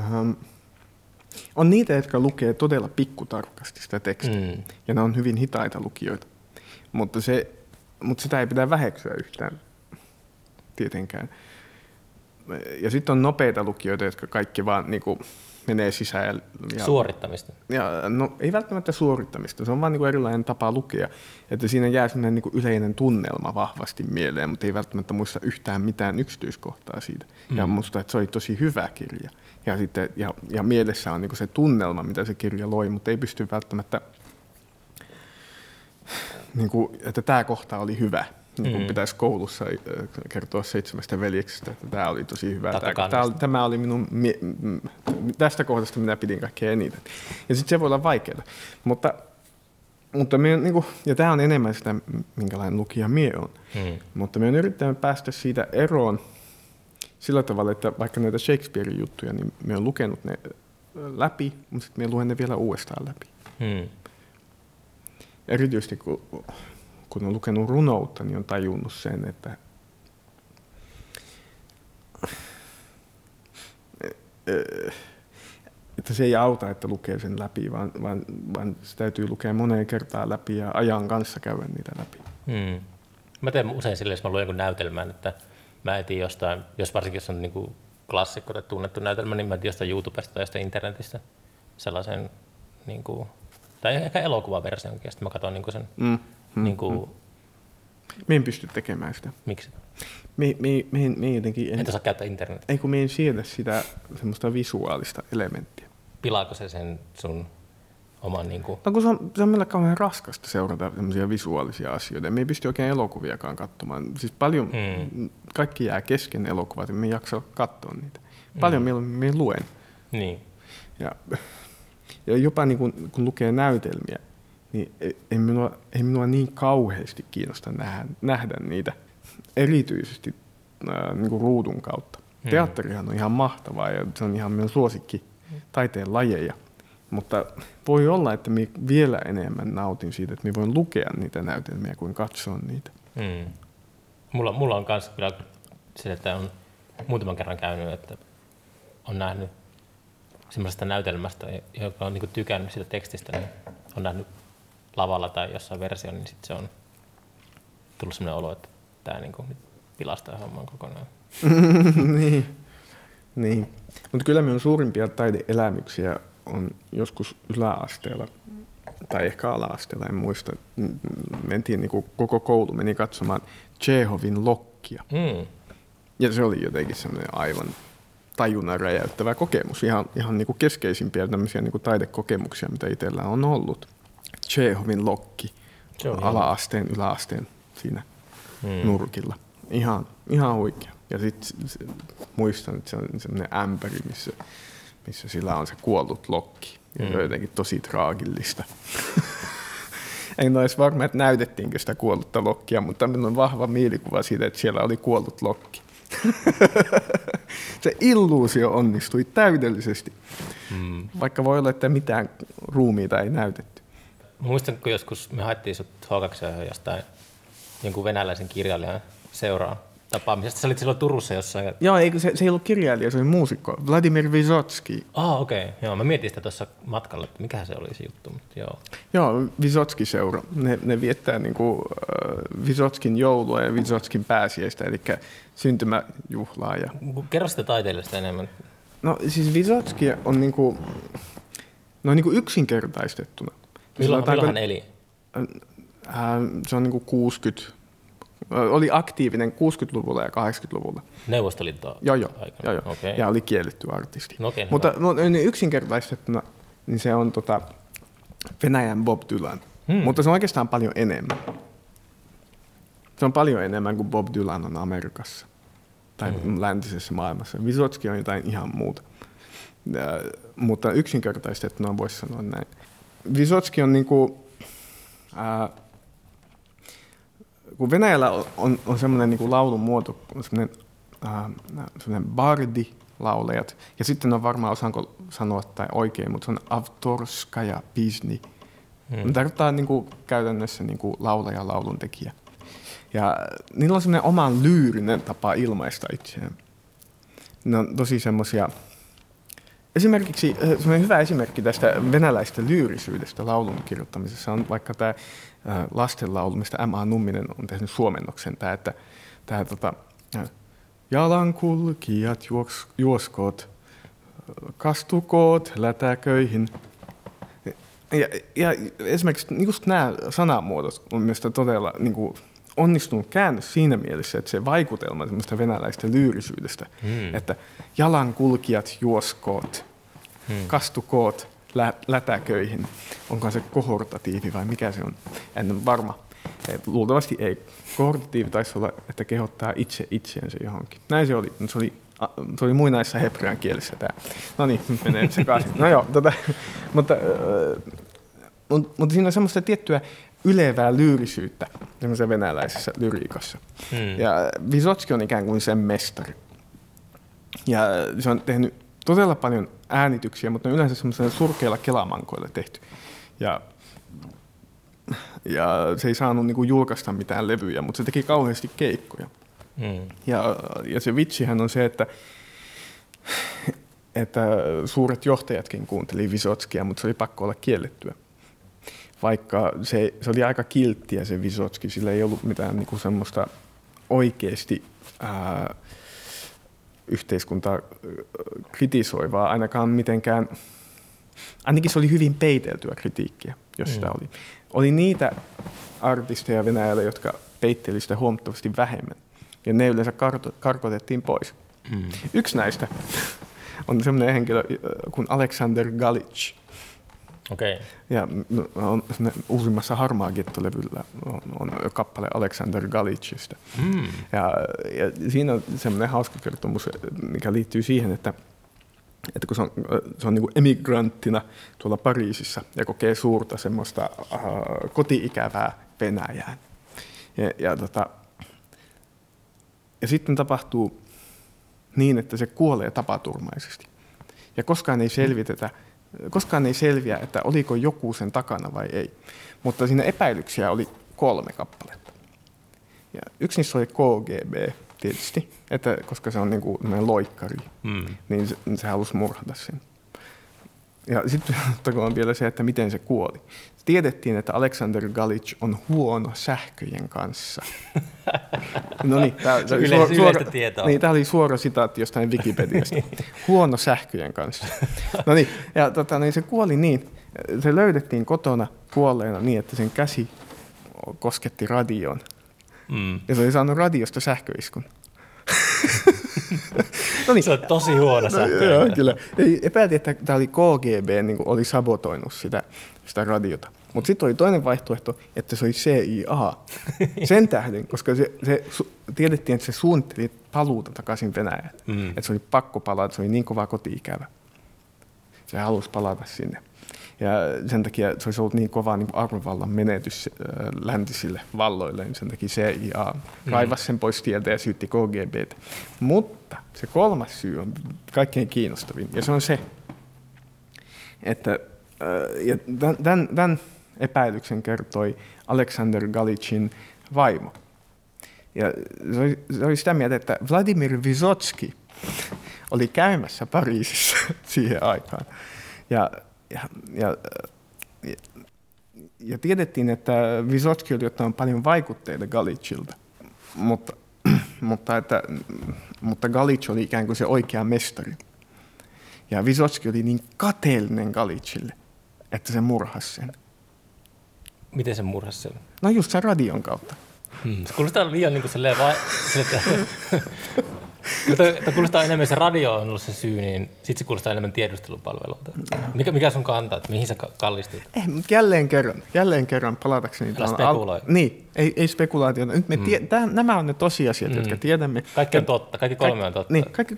on niitä, jotka lukee todella pikkutarkasti sitä tekstiä, ja ne on hyvin hitaita lukijoita. Mutta sitä ei pidä väheksyä yhtään tietenkään. Ja sitten on nopeita lukijoita, jotka kaikki vaan niinku menee sisään. Suorittamista? No ei välttämättä suorittamista, se on vaan niinku erilainen tapa lukea. Että siinä jää sellainen niinku yleinen tunnelma vahvasti mieleen, mutta ei välttämättä muista yhtään mitään yksityiskohtaa siitä. Ja musta, että se oli tosi hyvä kirja. Ja mielessä on niinku se tunnelma, mitä se kirja loi, mutta ei pysty välttämättä, niinku, että tämä kohta oli hyvä. Niin kun pitäisi koulussa kertoa 7 veljeksestä, että tämä oli tosi hyvä. Tämä oli tästä kohdasta minä pidin kaikkein eniten. Ja sitten se voi olla vaikeaa. Mutta niin ja tämä on enemmän sitä, minkälainen lukija mie on. Mutta me on yrittänyt päästä siitä eroon sillä tavalla, että vaikka näitä Shakespearein juttuja, niin me on lukenut ne läpi, mutta sitten me luen ne vielä uudestaan läpi. Erityisesti kun on lukenut runoutta, niin on tajunnut sen, että se ei auta, että lukee sen läpi, vaan se täytyy lukea moneen kertaan läpi ja ajan kanssa käydä niitä läpi. Mä teen usein silleen, jos mä luen jonkun näytelmän, että mä etin jostain, varsinkin jos on niinku klassikko tai tunnettu näytelmä, niin mä etin jostain YouTubesta tai jostain internetistä sellaisen, niinku, tai ehkä elokuvaversionkin, ja sitten mä katson niinku sen Me en pysty tekemään sitä. Miksi? Me jotenkin... Entä saa käyttää internet? Ei kun me en siedä sitä semmoista visuaalista elementtiä. Pilaako se sen sun oman niinku... No kun se on meillä kauhean raskasta seurata semmoisia visuaalisia asioita. Me ei pysty oikein elokuviakaan katsomaan. Siis paljon, kaikki jää kesken elokuvat ja me ei jaksa katsoa niitä. Paljon mieluummin me luen. Niin. Ja jopa niin kun lukee näytelmiä, niin ei minua niin kauheasti kiinnosta nähdä niitä, erityisesti niin kuin ruudun kautta. Teatterihan on ihan mahtavaa ja se on ihan minun suosikki taiteen lajeja, mutta voi olla, että minä vielä enemmän nautin siitä, että minä voin lukea niitä näytelmiä kuin katsoa niitä. Mulla on myös kyllä se, että on muutaman kerran käynyt, että on nähnyt semmoisesta näytelmästä, joka on niin kuin tykännyt siitä tekstistä, niin on nähnyt lavalla tai jossain versio, niin sitten se on tullut semmoinen olo, että tämä niinku pilastaa homman kokonaan. niin. Mutta kyllä minun suurimpia taideelämyksiä on joskus yläasteella, tai ehkä ala-asteella, en muista. Mentiin niinku koko koulu, meni katsomaan Tšehovin Lokkia. Ja se oli jotenkin semmoinen aivan tajunnan räjäyttävä kokemus. Ihan niinku keskeisimpiä tämmöisiä niinku taidekokemuksia, mitä itsellä on ollut. Tšehovin Lokki, ala-asteen, yläasteen siinä nurkilla. Ihan huikea. Ja sitten muistan, että se on semmoinen ämpäri, missä sillä on se kuollut lokki. Ja se on jotenkin tosi traagillista. En ole edes varma, että näytettiinkö sitä kuollutta lokkia, mutta minulla on vahva mielikuva siitä, että siellä oli kuollut lokki. Se illuusio onnistui täydellisesti, vaikka voi olla, että mitään ruumiita ei näytetty. Muistan, kun joskus me haettiin sut H2 jostain jonkun venäläisen kirjailijan seuraa tapaamisesta. Sä olit silloin Turussa jossain. Joo, se ei ollut kirjailija, se oli muusikko. Vladimir Vysotski. Okei. Joo, mä mietin sitä tuossa matkalla, että mikähän se oli se juttu. Mutta joo, Vysotski-seura. Ne viettää niinku Vysotskin joulua ja Vysotskin pääsiäistä, eli syntymäjuhlaa. Kerro sitä taiteilijasta enemmän. No siis Vysotski on niinku yksinkertaistettuna. Milloin hän eli? Se on niinku 60. Oli aktiivinen 60-luvulla ja 80-luvulla. Neuvostoliittoa aikana? Joo. Okay. Ja oli kielletty artisti. No okay, mutta yksinkertaistettuna niin se on Venäjän Bob Dylan. Mutta se on oikeastaan paljon enemmän. Se on paljon enemmän kuin Bob Dylan on Amerikassa tai läntisessä maailmassa. Vysotski on jotain ihan muuta. Mutta yksinkertaistettuna voisi sanoa näin. Vysotski on niinku, kun Venäjällä on semmoinen niinku laulun muoto, semmoinen bardi-laulajat, ja sitten on varmaan, osaanko sanoa tai oikein, mutta se on avtorskaja pisni. Tarkoittaa niinku käytännössä niinku laulaja, lauluntekijä. Ja niillä on semmoinen oman lyyrinen tapa ilmaista itseään. Ne on tosi semmoisia. Esimerkiksi semmoinen hyvä esimerkki tästä venäläistä lyyrisyydestä laulun kirjoittamisessa on vaikka tämä lastenlaulu, mistä M.A. Numminen on tehnyt suomennoksen. Tämä jalankulkijat juoskoot, kastukoot lätäköihin. Ja esimerkiksi just nämä sanamuodot on mielestäni todella niin kuin onnistunut käännös siinä mielessä, että se vaikutelma semmoista venäläistä lyyrisyydestä, että jalankulkijat juoskoot, kastukoot lätäköihin. Onko se kohortatiivi vai mikä se on? En ole varma. Luultavasti ei. Kohortatiivi taisi olla, että kehottaa itse itseensä johonkin. Näin se oli. Se oli muinaisessa hebrean kielessä tämä. No niin, nyt menee sekaisin. No joo, mutta siinä on semmoista tiettyä ylevää lyyrisyyttä semmoisessa venäläisessä lyriikassa. Ja Vysotski on ikään kuin sen mestari. Ja se on tehnyt todella paljon äänityksiä, mutta on yleensä semmoisella surkeilla kelamankoilla tehty. Ja se ei saanut niinku julkaista mitään levyjä, mutta se teki kauheasti keikkoja. Ja se vitsihän on se, että suuret johtajatkin kuunteli Vysotskia, mutta se oli pakko olla kiellettyä. Vaikka se oli aika kilttiä se Vysotski, sillä ei ollut mitään niinku semmoista oikeasti yhteiskuntaa kritisoivaa, ainakaan mitenkään, ainakin se oli hyvin peiteltyä kritiikkiä, jos sitä oli. Oli niitä artisteja Venäjällä, jotka peitteli sitä huomattavasti vähemmän, ja ne yleensä karkotettiin pois. Yksi näistä on semmoinen henkilö kuin Alexander Galitsch. Okay. Ja on uusimmassa Harmaa Ghetto-levyllä on kappale Alexander Galitschista. Ja siinä on semmoinen hauska kertomus, mikä liittyy siihen, että kun se on niin kuin emigranttina tuolla Pariisissa ja kokee suurta semmoista koti-ikävää Venäjää. Ja sitten tapahtuu niin, että se kuolee tapaturmaisesti. Ja koskaan ei selviä, että oliko joku sen takana vai ei. Mutta siinä epäilyksiä oli 3 kappaletta. Ja yksi niissä oli KGB tietysti, että koska se on niin kuin loikkari, niin se halusi murhata sen. Ja sitten on vielä se, että miten se kuoli. Tiedettiin, että Alexander Galitsch on huono sähköjen kanssa. No niin, tämä oli suora sitaatti jostain Wikipediasta. Huono sähköjen kanssa. No niin, ja se kuoli niin. Se löydettiin kotona kuolleena niin, että sen käsi kosketti radioon. Ja se oli saanut radiosta sähköiskun. No niin. Se on tosi huono sähköinen. Joo, kyllä. Epäiltiin, että tämä oli KGB, niin kuin oli sabotoinut sitä radiota. Mutta sitten oli toinen vaihtoehto, että se oli CIA. Sen tähden, koska tiedettiin, että se suunnitteli paluuta takaisin Venäjälle. Että se oli pakko palata, se oli niin kova koti-ikävä. Se halusi palata sinne. Ja sen takia se olisi ollut niin kova niin arvovallan menetys läntisille valloille, niin sen takia CIA kaivasi sen pois tieltä ja syytti KGB:tä. Mutta se 3. syy on kaikkein kiinnostavin, ja se on se, että tämän epäilyksen kertoi Alexander Galitschin vaimo. Ja se oli sitä mieltä, että Vladimir Vysotski oli käymässä Pariisissa siihen aikaan. Ja tiedettiin, että Vysotski oli ottanut paljon vaikutteita Galitschilta, mutta Galitsch oli ikään kuin se oikea mestari. Ja Vysotski oli niin kateellinen Galitschille, että se murhasi sen. Miten se murhasi sen? No just sen radion kautta. Se kuulostaa liian niin kuin Tämä kuulostaa enemmän, se radio on ollut se syy, niin sitten se kuulostaa enemmän tiedustelupalvelulta. Mikä sun kanta, että mihin sä kallistut? Mutta jälleen kerran palatakseni. Älä spekuloi. Niin, ei spekulaatiota. Nyt nämä on ne tosiasiat, jotka tiedämme. Kaikki on totta, kaikki kolme on totta. Niin, kaikki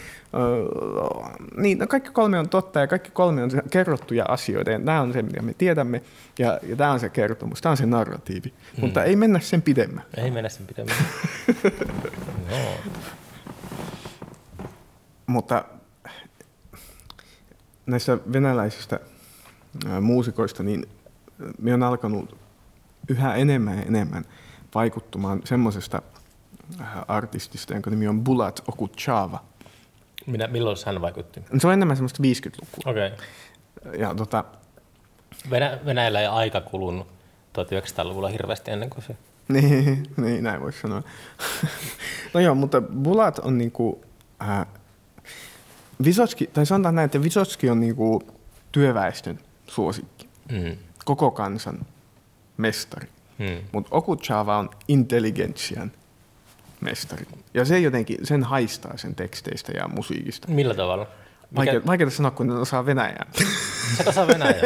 kolme on totta ja kaikki kolme on kerrottuja asioita. Ja nämä on se, mitä me tiedämme ja tämä on se kertomus, tämä on se narratiivi. Mutta ei mennä sen pidemmän. Ei mennä sen pidemmän. No. Mutta näistä venäläisistä muusikoista, niin minä olen alkanut yhä enemmän ja enemmän vaikuttumaan semmoisesta artistista, jonka nimi on Bulat Okudjava. Milloin hän vaikutti? Se on enemmän semmoista 50-lukua. Okei. Ja Venäjällä ei aika kulunut 1900-luvulla hirveästi ennen kuin se. Niin, näin voisi sanoa. No joo, mutta Bulat on niinku Vysotski, tai sanotaan näin, että Vysotski on niinku työväestön suosikki. Koko kansan mestari. Mutta Okudjava on intelligentsian mestari. Ja se jotenkin, sen haistaa sen teksteistä ja musiikista. Millä tavalla? Vaikeaa sanoa, kun ne osaa venäjää. Sä osaa venäjää?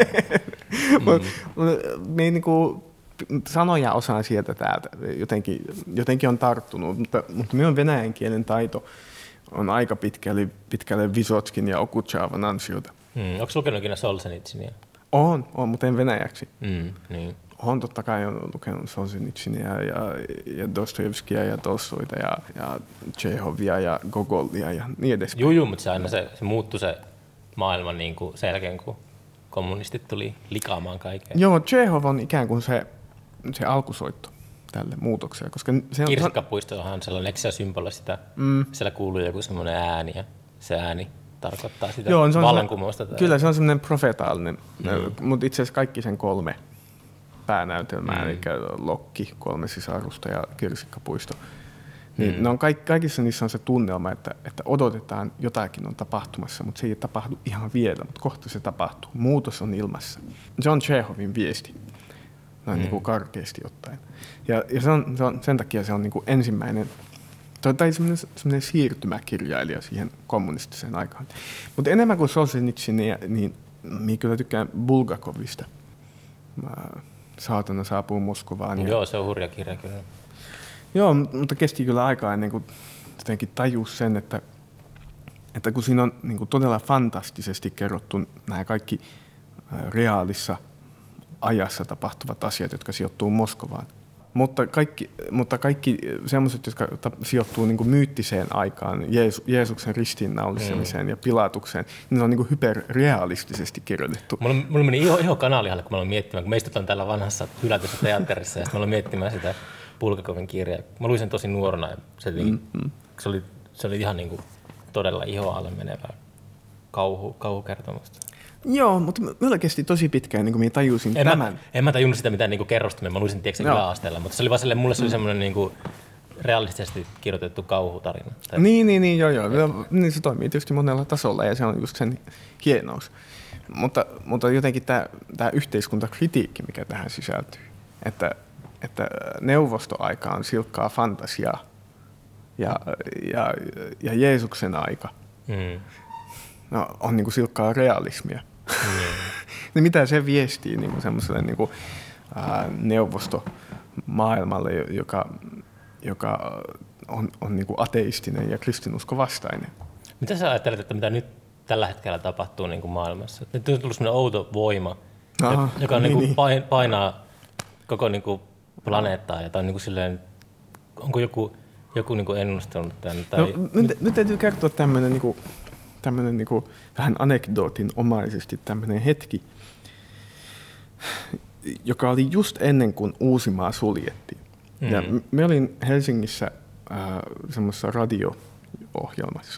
Me niinku sanoja osaan sieltä täältä. Jotenkin on tarttunut, mutta minun venäjän kielen taito on aika pitkälle Vysotskin ja Okudjavan ansiota. Onko lukenut ikinä Solzhenitsynia? On, mutta en venäjäksi. Niin. Olen totta kai lukenut Solzhenitsynia ja Dostojevskia ja Tolstoita ja Tšehovia ja Gogolia ja niin edespäin. Joo, mutta se muuttui se maailma niin kuin sen jälkeen, kun kommunistit tuli likaamaan kaiken. Joo, Tšehov on ikään kuin se alkusoitto tälle muutokselle. Koska Kirsikkapuistohan on sellainen, eikö siellä symbolo sitä, siellä kuuluu joku semmoinen ääni ja se ääni tarkoittaa sitä vallankumousta. Kyllä, se on semmoinen profetaalinen, mutta itse asiassa kaikki sen 3 päänäytelmää, eli Lokki, 3 sisarusta ja Kirsikkapuisto. Niin ne on kaikissa niissä on se tunnelma, että odotetaan jotakin on tapahtumassa, mutta se ei tapahdu ihan vielä, mutta kohta se tapahtuu. Muutos on ilmassa. Se on Tšehovin viesti, niin kuin karkeasti ottaen. Ja sen takia se on niin kuin ensimmäinen, tai semmoinen siirtymäkirjailija siihen kommunistiseen aikaan. Mutta enemmän kuin Solzhenitsyn, niin minä kyllä tykkään Bulgakovista. Saatana saapuu Moskovaan. Joo, se on hurja kirja kyllä. Joo, mutta kesti kyllä aikaa ennen kuin jotenkin tajus sen, että kun siinä on niin kuin todella fantastisesti kerrottu nämä kaikki reaalissa ajassa tapahtuvat asiat, jotka sijoittuu Moskovaan. Mutta kaikki sellaiset, jotka sijoittuu niin kuin myyttiseen aikaan, Jeesuksen ristiinnaulitsemiseen ja Pilatukseen, niin ne on niin kuin hyperrealistisesti kirjoitettu. Mulla meni iho kanalihalle, kun mä aloin miettimään, kun me istutaan täällä vanhassa hylätyssä teatterissa, ja mä aloin miettimään sitä Bulgakovin kirjaa. Mä luin sen tosi nuorena, ja se oli ihan niin kuin todella ihoalle menevää kauhukertomusta. Joo, mutta minulla kesti tosi pitkään, niin kuin minä tajusin tämän. En mä tajunnut sitä mitään niin kerrostumaa, mä luisin tiedätkö yläasteella, mutta se oli vaan mulle se oli semmoinen niin kuin realistisesti kirjoitettu kauhutarina. Niin, joo. Niin se toimii tietysti monella tasolla ja se on just sen hienous. Mutta jotenkin tämä yhteiskuntakritiikki, mikä tähän sisältyy, että neuvostoaika on silkkaa fantasiaa ja Jeesuksen aika on niin kuin silkkaa realismia. Niin mitä se viestii niin kuin semmoiselle niin kuin neuvostomaailmalle, joka on niin kuin ateistinen ja kristinuskovastainen. Mitä sä ajattelet, että mitä nyt tällä hetkellä tapahtuu niin kuin maailmassa? Nyt on tullut semmoinen outo voima, joka niin. Painaa koko niin kuin planeettaa. Ja niin kuin silleen, onko joku niin kuin ennustanut tämän? Tai... No, nyt täytyy kertoa tämmöinen niin kuin vähän anekdootin omaisesti tämmöinen hetki, joka oli just ennen kuin Uusimaa suljettiin. Ja me olin Helsingissä semmoisessa radio-ohjelmassa.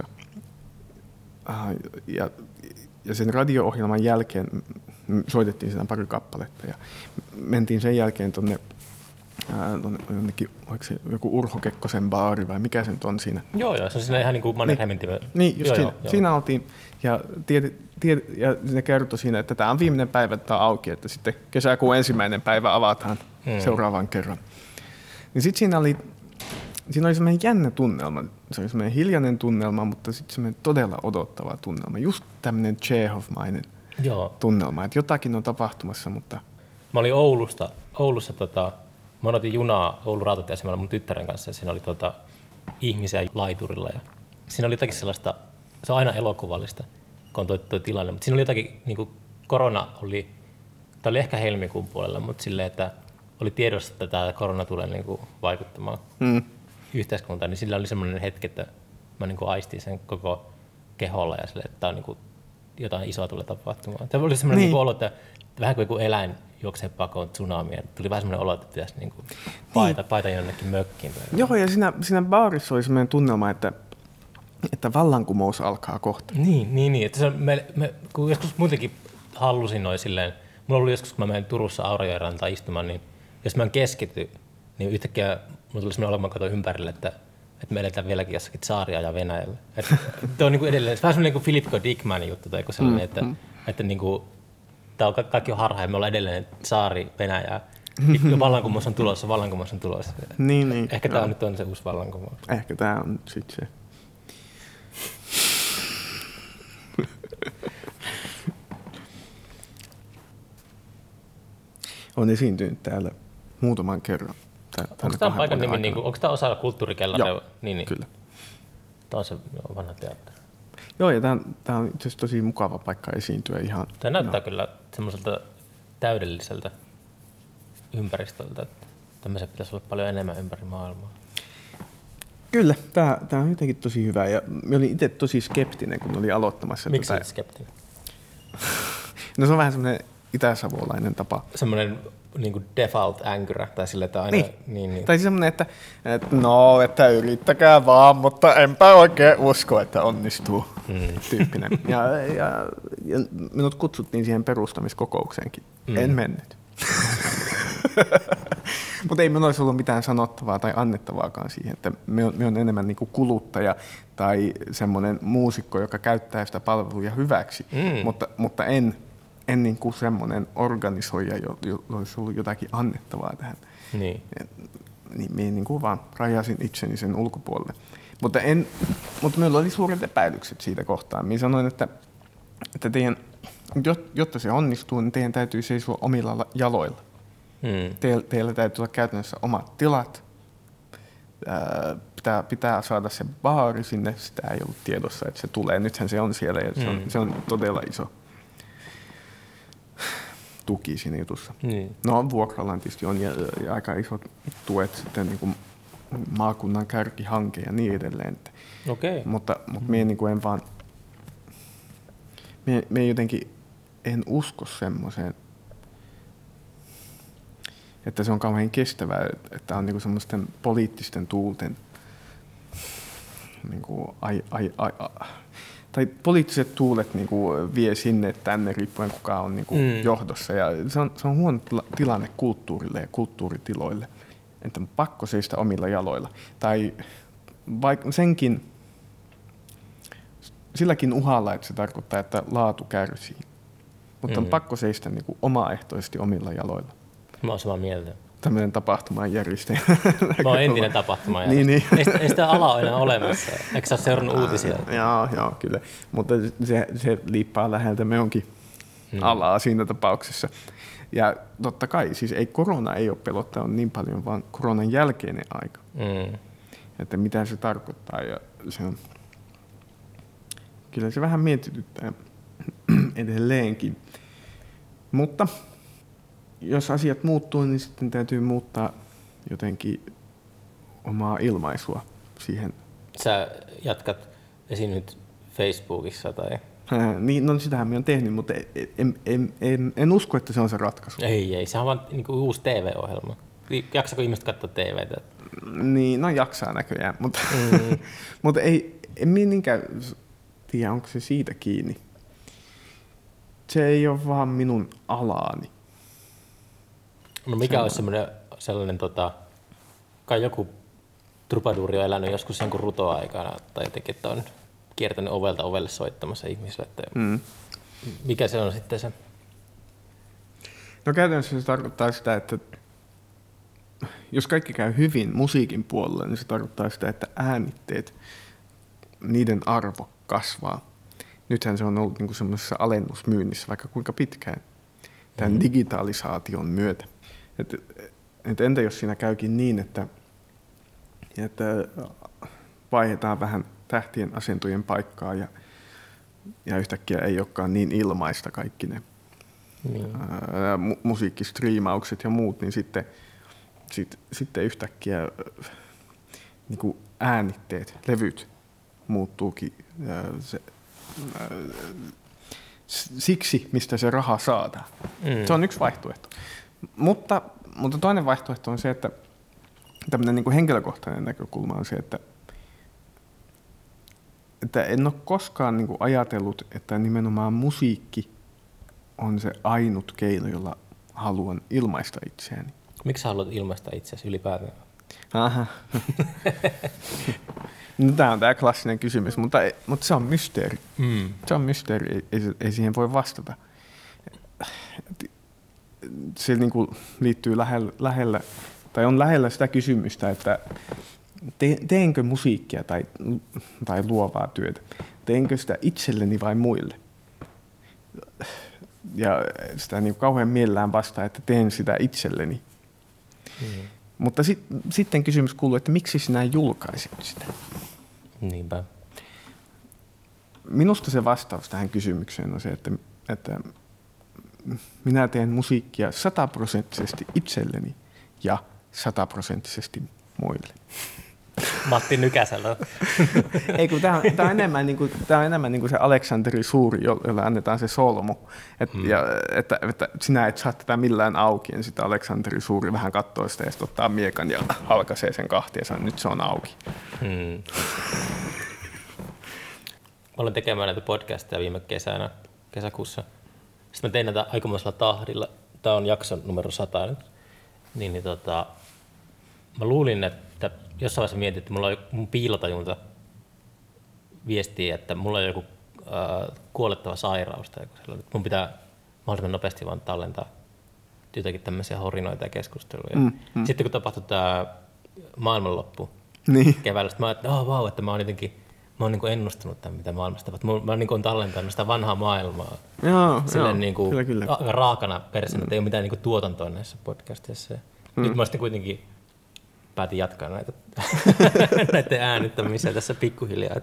Ja sen radio-ohjelman jälkeen soitettiin siinä pari kappaletta ja mentiin sen jälkeen tuonne jonnekin, oliko se joku Urho Kekkosen baari vai mikä se nyt on siinä? Joo, se on siinä ihan niin kuin Mannerheimin time. Niin, just siinä oltiin ja ne kertoi siinä, että tämä on viimeinen päivä, että tämä on auki, että sitten kesäkuun 1. päivä avataan seuraavan kerran. Niin sitten siinä oli semmoinen jännä tunnelma. se oli semmoinen hiljainen tunnelma, mutta sitten semmoinen todella odottava tunnelma. Just tämmöinen Chekhov-mainen tunnelma, että jotakin on tapahtumassa, mutta... Mä olin Oulussa mä odotin junaa Oulun rautatieasemalla mun tyttären kanssa ja siinä oli ihmisiä laiturilla ja siinä oli jotakin sellaista, se on aina elokuvallista, kun on toi tilanne, mutta siinä oli jotakin, niin kuin korona oli, tämä oli ehkä helmikuun puolella, mutta silleen, että oli tiedossa, että tämä korona tulee niin kuin vaikuttamaan yhteiskuntaan, niin sillä oli semmoinen hetki, että mä niin kuin aistin sen koko keholla ja silleen, että tämä on niin kuin jotain isoa tulee tapahtumaan. Tämä oli semmoinen niin olo, että vähän kuin joku eläin juoksee pakoon tsunamia. Tuli vähän semmoinen olo, että pitäisi niin kuin paita jonnekin mökkiin. Joo, ja siinä baarissa oli semmoinen tunnelma, että vallankumous alkaa kohta. Niin. Että se, kun joskus muutenkin hallusinoi silleen, mulla oli joskus, kun mä menen Turussa Aurajoen rantaan istumaan, niin jos mä en keskity, niin yhtäkkiä mulla tuli semmoinen olo, mä katsoin ympärille, että me eletään vieläkin jossakin Tsaaria ja Venäjällä. Tämä on niin kuin edelleen, vähän semmoinen kuin Philip K. Dickmanin juttu, tai sellainen, että niin kuin, tämä on, kaikki on harha ja me ollaan edelleen Tsaari Venäjää. Vallankumous on tulossa. Niin. Ehkä tämä nyt on se uusi vallankumous. Ehkä tämä on sitten se. Olen esiintynyt täällä muutaman kerran. Onko tämä paikan nimi, onko tämä osa kulttuurikellaria? Joo, niin. Kyllä. Tämä on se vanha teatteri. Joo, ja tämä on itse asiassa tosi mukava paikka esiintyä ihan. Tämä näyttää kyllä semmoiselta täydelliseltä ympäristöltä, että tämmöisen pitäisi olla paljon enemmän ympäri maailmaa. Kyllä, tämä on jotenkin tosi hyvä ja minä olin itse tosi skeptinen, kun olin aloittamassa. Miksi olet skeptinen? No se on vähän semmoinen itäsavolainen tapa. Semmoinen niin kuin default änkyrä, tai sille, että aina... Niin. Tai semmoinen, että yrittäkää vaan, mutta enpä oikein usko, että onnistuu, tyyppinen. Ja minut kutsuttiin siihen perustamiskokoukseenkin. En mennyt. Mutta ei minulla olisi ollut mitään sanottavaa tai annettavaakaan siihen, että minä olen enemmän niin kuin kuluttaja tai semmoinen muusikko, joka käyttää sitä palveluja hyväksi, mutta en niin kuin semmoinen organisoija, jolla olisi ollut jotakin annettavaa tähän. Niin. Niin minä niin kuin vaan rajasin itseni sen ulkopuolelle. Mutta minulla oli suuret epäilykset siitä kohtaan. Minä sanoin, että teidän, jotta se onnistuu, niin teidän täytyy seisoa omilla jaloilla. Teillä täytyy olla käytännössä omat tilat. Pitää saada se baari sinne. Sitä ei ollut tiedossa, että se tulee. Nythän se on siellä ja se on todella iso tuki siinä jutussa. No vuokralla tietysti on ja aika isot tuet sitten niin kuin maakunnan kärkihanke ja niin edelleen. Okay. Mutta minä niin kuin en vaan, minä jotenkin en usko semmoiseen, että se on kauhean kestävää, että on niin kuin semmoisten poliittisten tuulten niin kuin tai poliittiset tuulet niin kuin vie sinne tänne riippuen kuka on niin kuin johdossa. Ja se on huono tilanne kulttuurille ja kulttuuritiloille, että on pakko seistä omilla jaloilla. Tai vaikka silläkin uhalla, että se tarkoittaa, että laatu kärsii. Mutta on pakko seistä niin kuin omaehtoisesti omilla jaloilla. Mä oon samaa mieltä. Tämmöinen tapahtuman järjestäjä. Mä oon entinen tapahtuman järjestäjä. Niin. Ei sitä alaa ole enää olemassa. Eikö sä ole seurannut uutisia? Joo, kyllä. Mutta se liippaa läheltä meidänkin alaa siinä tapauksessa. Ja totta kai, siis korona ei ole pelottanut niin paljon, vaan koronan jälkeinen aika. Että mitä se tarkoittaa. Ja kyllä se vähän mietityttää edelleenkin. Mutta jos asiat muuttuu, niin sitten täytyy muuttaa jotenkin omaa ilmaisua siihen. Sä jatkat esiinnyt Facebookissa tai? Niin, no sitähän minä olen tehnyt, mutta en usko, että se on se ratkaisu. Ei, se on vaan niin kuin uusi TV-ohjelma. Jaksako ihmiset katsoa TVtä? Niin, no jaksaa näköjään, mutta, mutta en minä niinkään tiedä, onko se siitä kiinni. Se ei ole vaan minun alaani. No mikä olisi sellainen kai joku trupaduuri on elänyt joskus jonkun rutoaikana tai jotenkin, että on kiertänyt ovelta ovelle soittamassa ihmisille. Mikä se on sitten se? No käytännössä se tarkoittaa sitä, että jos kaikki käy hyvin musiikin puolella, niin se tarkoittaa sitä, että äänitteet, niiden arvo kasvaa. Nythän se on ollut niin kuin semmoisessa alennusmyynnissä vaikka kuinka pitkään tämän digitalisaation myötä. Et entä jos siinä käykin niin, että vaihdetaan vähän tähtien asentojen paikkaa ja yhtäkkiä ei olekaan niin ilmaista kaikki ne musiikkistriimaukset ja muut, niin sitten yhtäkkiä niin kuin äänitteet, levyt muuttuukin siksi, mistä se raha saadaan. Se on yksi vaihtoehto. Mutta toinen vaihtoehto on se, että tämmöinen niin kuin henkilökohtainen näkökulma on se, että en ole koskaan niin kuin ajatellut, että nimenomaan musiikki on se ainut keino, jolla haluan ilmaista itseäni. Miksi sä haluat ilmaista itseäsi ylipäätään? Aha. No, tämä on tämä klassinen kysymys, mutta se on mysteeri. Se on mysteeri, ei siihen voi vastata. Se niin kuin liittyy lähellä, tai on lähellä sitä kysymystä, että teenkö musiikkia tai luovaa työtä? Teenkö sitä itselleni vai muille? Ja sitä niin kauhean mielellään vastaa, että teen sitä itselleni. Mutta sitten kysymys kuuluu, että miksi sinä julkaisit sitä? Niinpä. Minusta se vastaus tähän kysymykseen on se, että minä teen musiikkia 100% itselleni ja 100% muille. Matti Nykäsellä. Ei, kun tämä on enemmän niin kuin se Aleksanteri Suuri, jolle annetaan se solmu. Että sinä et saa tätä millään auki, ja sitten Aleksanteri Suuri vähän katsoo sitä ja sitten ottaa miekan ja halkaisee sen kahtia ja sanoo, nyt se on auki. Mä olen tekemään näitä podcasteja viime kesäkuussa. Sitten mä tein näitä aikamoisella tahdilla. Tämä on jakson numero 100 nyt. Mä luulin, että jossain vaiheessa mietin, että mulla on mun piilotajunta viestii, että mulla on joku kuolettava sairaus tai joku sellainen. Mun pitää mahdollisimman nopeasti vaan tallentaa jotakin tämmöisiä horinoita ja keskusteluja. Sitten kun tapahtui tämä maailmanloppu keväällä, mä ajattelin, että mä oon jotenkin niin kuin ennustanut tämän, mitä maailmasta tapahtuu. Mä niin kuin tallentanut sitä vanhaa maailmaa. Silleen niin kuin kyllä. Aika raakana persenä, että ei ole mitään niin kuin tuotantoa näissä podcasteissa. Nyt mä sitten kuitenkin päätin jatkaa näiden äänittämisiä tässä pikkuhiljaa.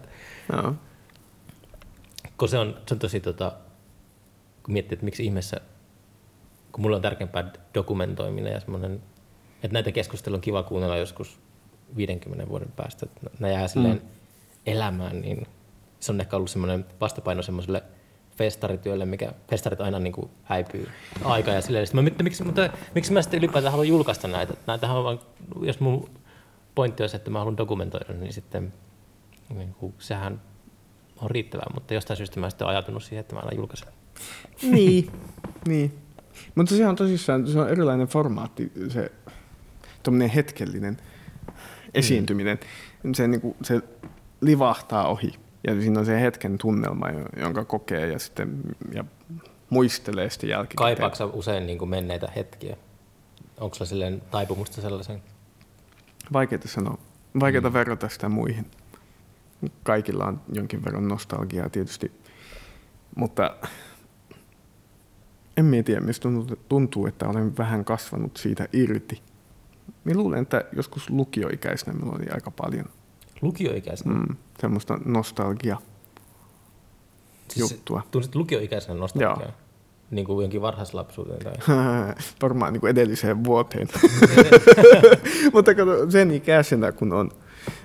Kun se on tosi, kun miettii, että miksi ihmeessä, kun mulla on tärkeämpää dokumentoiminen ja semmoinen, että näitä keskusteluja on kiva kuunnella joskus 50 vuoden päästä, että ne jää silleen elämään, niin se on ehkä ollut semmoinen vastapaino semmoiselle festarityölle, mikä festarit aina niin kuin häipyy aika ja silleen. Miksi mä sitten ylipäätään haluan julkaista näitä? Näitähän on vaan, jos mun pointti olisi, että mä haluan dokumentoida, niin sitten niin kuin, sehän on riittävää, mutta jostain syystä mä sitten olen ajatunut siihen, että mä aina julkaisen. Niin. Mutta se on tosissaan, se on erilainen formaatti, se tommoinen hetkellinen esiintyminen. Se livahtaa ohi. Ja siinä on se hetken tunnelma, jonka kokee ja muistelee sitten jälkikäteen. Kaipaatko usein niin kuin menneitä hetkiä? Onko sulla silleen taipumusta sellaisen? Vaikeaa sanoa. Vaikeaa verrata sitä muihin. Kaikilla on jonkin verran nostalgiaa tietysti. Mutta en tiedä, mistä tuntuu, että olen vähän kasvanut siitä irti. Minä luulen, että joskus lukioikäisenä minulla oli aika paljon. Lukioikäisenä? Semmoista nostalgia juttua. Tunsit lukioikäisenä nostalgiaa? Joo. Niin kuin jonkin varhaislapsuuteen? Tai? Varmaan niin kuin edelliseen vuoteen. Mutta kato, sen ikäisenä kun on,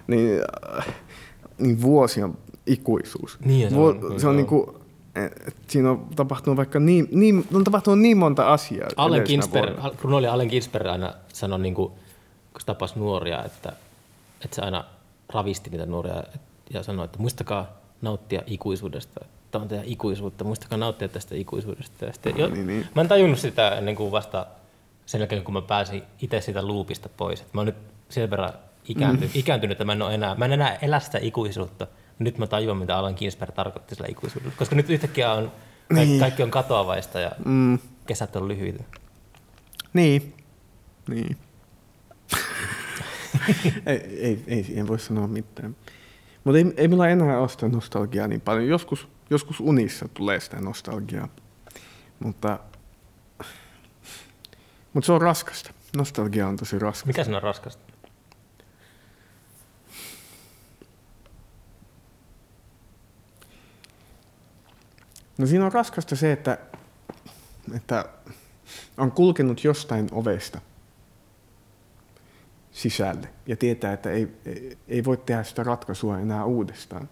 niin vuosi on ikuisuus. Niin, se on niin kuin, siinä on tapahtunut vaikka niin monta asiaa. Runoilija Allen Ginsberg aina sanoi, niin kuin, kun se tapasi nuoria, että se aina ravisti niitä nuoria ja sanoi, että muistakaa nauttia ikuisuudesta. Tämä on teidän ikuisuutta, muistakaa nauttia tästä ikuisuudesta. Ja sitten, mä en tajunnut sitä ennen kuin vasta sen jälkeen, kun mä pääsin itse siitä loopista pois. Mä oon nyt sen verran ikääntynyt, että mä en enää elä sitä ikuisuutta. Nyt mä tajuan, mitä Allen Ginsberg tarkoitti sillä ikuisuudella. Koska nyt yhtäkkiä on, kaikki on katoavaista ja kesät on lyhyitä. Niin. ei siihen voi sanoa mitään. Mutta ei mulla enää ole sitä nostalgiaa niin paljon. Joskus unissa tulee sitä nostalgiaa. Mutta se on raskasta. Nostalgia on tosi raskasta. Mikä siinä on raskasta? No siinä on raskasta se, että on kulkenut jostain ovesta sisälle ja tietää, että ei voi tehdä sitä ratkaisua enää uudestaan.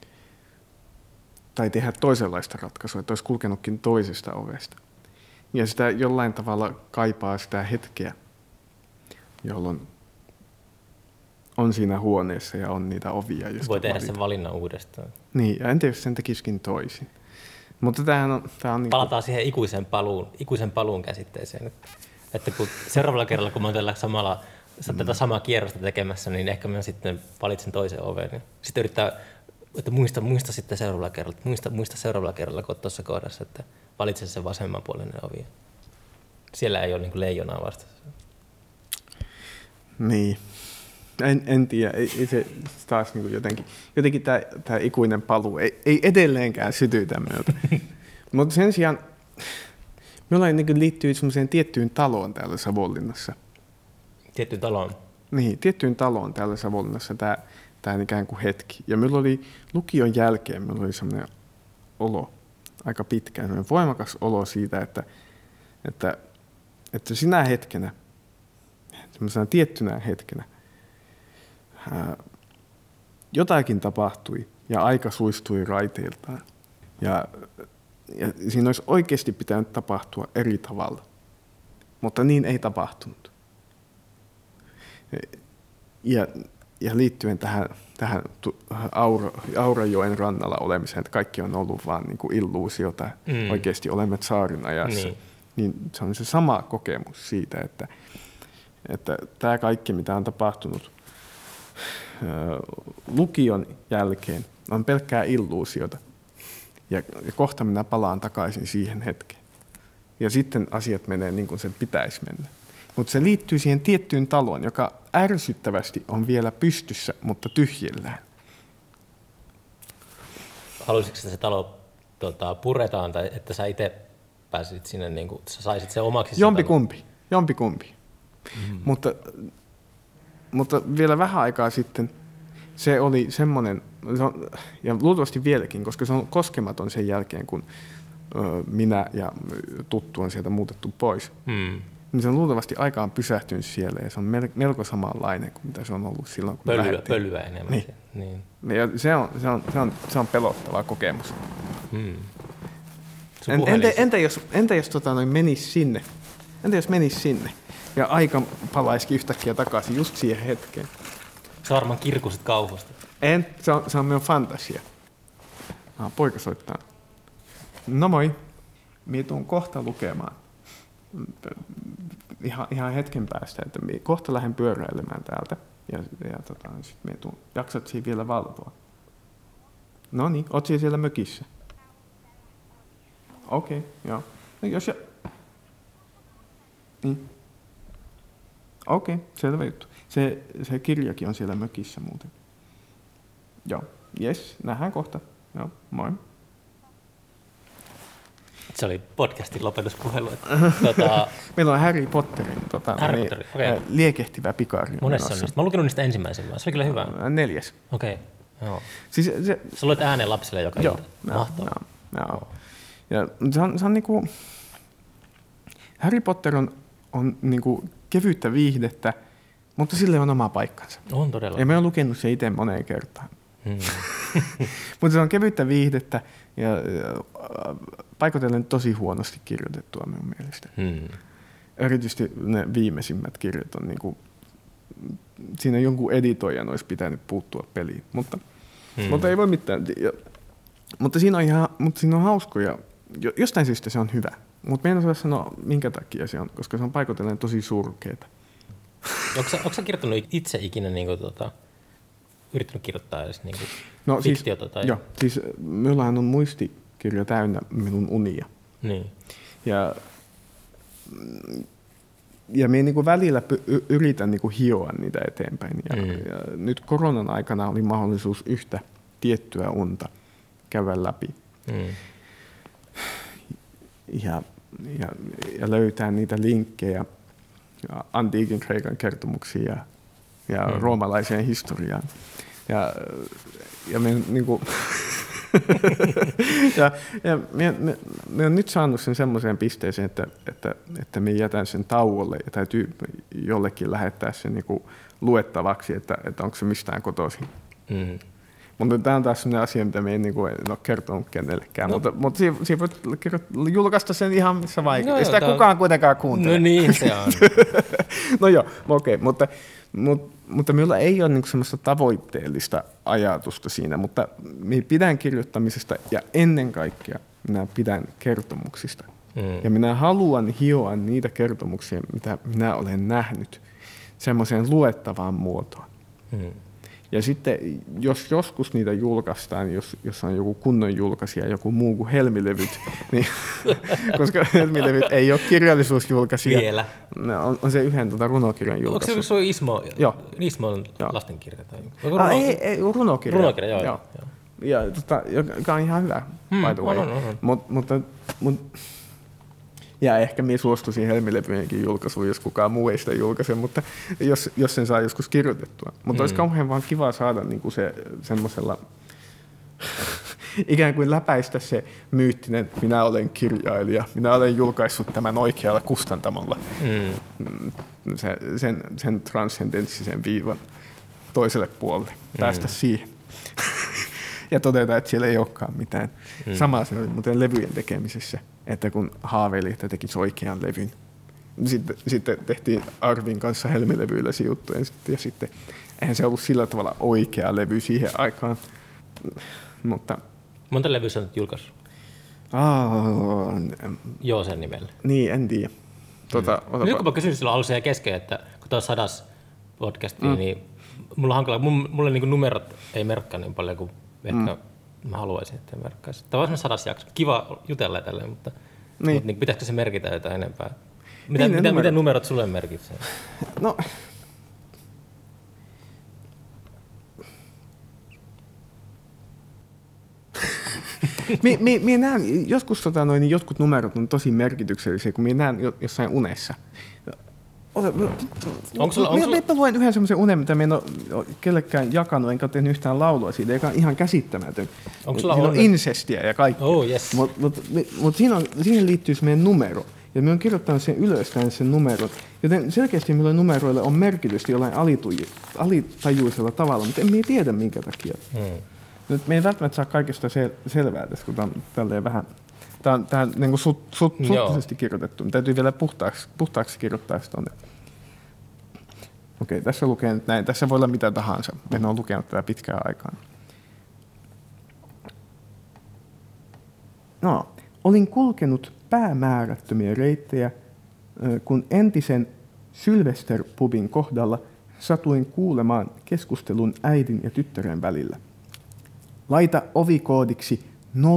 Tai tehdä toisenlaista ratkaisua, että olisi kulkenutkin toisesta ovesta. Ja sitä jollain tavalla kaipaa sitä hetkeä, jolloin on siinä huoneessa ja on niitä ovia. Voi tehdä sen valinnan uudestaan. Niin, ja entä jos sen tekisikin toisin. Mutta tää on palataan siihen ikuisen paluun käsitteeseen. Että kun seuraavalla kerralla, kun mä oon tätä samaa kierrosta tekemässä, niin ehkä mä sitten valitsen toisen oven. Sitten yrittää, että muista sitten seuraavalla kerralla, muista seuraavalla kerralla, kun oot tuossa kohdassa, että valitse se vasemmanpuolinen ovi. Siellä ei ole niin kuin leijonaa vastassa. Niin. En tiedä, ei se taas niin jotenkin tämä ikuinen paluu ei edelleenkään sytytä meiltä. Mutta sen sijaan me niin liittyy semmoiseen tiettyyn taloon täällä Savonlinnassa. Tiettyyn taloon? Niin, tiettyyn taloon täällä Savonlinnassa tämä ikään kuin hetki. Ja meillä oli lukion jälkeen, meillä oli semmoinen olo aika pitkään, semmoinen voimakas olo siitä, että sinä hetkenä, semmoisena tiettynä hetkenä, jotakin tapahtui ja aika suistui raiteiltaan. Ja siinä olisi oikeasti pitänyt tapahtua eri tavalla, mutta niin ei tapahtunut. Ja liittyen tähän Aurajoen rannalla olemiseen, että kaikki on ollut vaan niin kuin illuusiota, oikeasti olemme tsaarin ajassa, niin se on se sama kokemus siitä, että tämä kaikki, mitä on tapahtunut lukion jälkeen, on pelkkää illuusiota. Ja kohta minä palaan takaisin siihen hetkeen. Ja sitten asiat menee niin kuin sen pitäisi mennä. Mutta se liittyy siihen tiettyyn taloon, joka ärsyttävästi on vielä pystyssä, mutta tyhjillään. Haluaisitko, että se talo puretaan tai että sä itse pääsit sinne, niin kuin, sä saisit sen omaksi? Jompikumpi. Mutta vielä vähän aikaa sitten se oli semmoinen, ja luultavasti vieläkin, koska se on koskematon sen jälkeen, kun minä ja tuttu on sieltä muutettu pois. Niin se on luultavasti aikaan pysähtynyt siellä ja se on melko samanlainen kuin mitä se on ollut silloin, kun lähdettiin. Pölyä enemmän. Niin. Ja se on pelottava kokemus. Entä jos menisi sinne? Entä jos menisi sinne ja aika palaisikin yhtäkkiä takaisin just siihen hetkeen? Se on varmaan kirkuiset kauhusta. Se on minun fantasia. Poika soittaa. No moi. Minä tuun kohta lukemaan. Ihan hetken päästä, että kohta lähden pyöräilemään täältä. Ja sitten minä tuun. Jaksat siinä vielä valvoa? No niin, oot siellä mökissä? Okei, joo. No jos niin. Okei, selvä juttu. Se kirjakin on siellä mökissä muuten. Joo, jes, nähdään kohta. Joo, moi. Se oli podcastin lopetuspuhelu. Meillä on Harry Potterin liekehtivä pikari. Monessa on niistä. Mä oon lukenut niistä ensimmäisen vaan. Se oli kyllä hyvä. 4. Okei, joo. Siis sä luet ääneen lapsille joka ilta. Mahtavaa. Joo. Ja se on niinku... Harry Potter on niinku kevyttä viihdettä, mutta sille on oma paikkansa. On todella. Ja mä oon lukenut se itse moneen kertaan. Mutta se on kevyttä viihdettä ja paikoitellen tosi huonosti kirjoitettua minun mielestä. Erityisesti ne viimeisimmät kirjat on niinku, siinä jonkun editoijan olisi pitänyt puuttua peliin, mutta ei voi mitään. Mutta siinä on hauskoja. Jostain syystä se on hyvä, mutta en osaa sanoa minkä takia se on, koska se on paikoitellen tosi surkeeta. Onko sä kirjoittanut itse ikinä yrittänyt kirjoittaa edes fiktiota? Tai... Joo, siis minullahan on muistikirja täynnä minun unia. Niin. Ja Ja minä niin kuin välillä yritän niin kuin hioa niitä eteenpäin. Ja nyt koronan aikana oli mahdollisuus yhtä tiettyä unta käydä läpi. Ja löytää niitä linkkejä antiikin Kreikan kertomuksiin ja roomalaiseen historiaan. Ja me niinku me on nyt saanut sen semmoiseen pisteeseen, että me jätän sen tauolle ja täytyy jollekin lähettää sen niinku luettavaksi, että onko se mistään kotoisin. Mutta tämä on taas sellainen asia, mitä me en ole kertonut kenellekään. No. Mutta siinä voit julkaista sen ihan missä vaikka. Ei sitä kukaan kuitenkaan kuuntele. No niin, se on. No joo, okei. Mutta minulla ei ole niinku semmoista tavoitteellista ajatusta siinä, mutta minä pidän kirjoittamisesta ja ennen kaikkea minä pidän kertomuksista. Ja minä haluan hioa niitä kertomuksia, mitä minä olen nähnyt, semmoiseen luettavaan muotoon. Ja sitten, jos joskus niitä julkaistaan, jos on joku kunnon julkaisija, joku muu kuin Helmilevyt, niin, koska Helmilevyt ei ole kirjallisuusjulkaisija. Vielä. On se yhden runokirjan julkaisu. Onko se Ismo? Joo. Ismon lastenkirja? Tai... Ei, runokirja. Runokirja, joo. Ja, joka on ihan hyvä, by the way. Ja ehkä minä suostuisin Helmilevyjenkin julkaisuun, jos kukaan muu ei sitä julkaise, mutta jos sen saa joskus kirjoitettua. Mutta olisi kauhean vaan kiva saada niinku se semmoisella, ikään kuin läpäistä se myyttinen, minä olen kirjailija, minä olen julkaissut tämän oikealla kustantamolla. Sen transcendenssisen viivan toiselle puolelle, päästä siihen. Ja todeta, että siellä ei olekaan mitään. Sama se oli muuten levyjen tekemisessä, että kun haaveili, että tekisi oikean levyn. Sitten tehtiin Arvin kanssa Helmilevyillä juttuja, ja sitten eihän se ollut sillä tavalla oikea levy siihen aikaan. Mutta... Monta levyä sä nyt julkaissut? Joo, sen nimellä. Niin, en tiedä. Nyt kun mä kysyin silloin alussa ja kesken, että kun tuo 100 podcastia, niin mulla on hankala, mulle niin numerot ei merkkaa niin paljon kuin ehkä mä haluaisin, että merkkaisi. Tämä on 100 jakso. Kiva jutella tälleen, mutta niin pitäisikö se merkitä jotain enempää? Mitä numerot sulle merkitsee? No... Minä näen, joskus niin jotkut numerot on tosi merkityksellisiä, kun minä näen jossain unessa. Mä luen yhden semmoisen unen, mitä minä en ole kellekään jakanut, enkä ole tehnyt yhtään laulua siitä, joka on ihan käsittämätön. Siinä on insestiä ja kaikki. Oh, yes. Mutta siihen liittyy se meidän numero. Ja minä olen kirjoittanut sen ylös sen numeron. Joten selkeästi minulle numeroille on merkitystä jollain alitajuisella tavalla, mutta en minä tiedä minkä takia. Nyt me ei välttämättä saa kaikesta selvää tässä, kun tämä on tälleen vähän... Tämä on niin kuin suhteellisesti kirjoitettu. Me täytyy vielä puhtaaksi kirjoittaa sitä tuonne. Okei, tässä lukee nyt näin. Tässä voi olla mitä tahansa. En ole lukenut tätä pitkään aikaan. No, olin kulkenut päämäärättömiä reittejä, kun entisen Sylvester-pubin kohdalla satuin kuulemaan keskustelun äidin ja tyttären välillä. Laita ovikoodiksi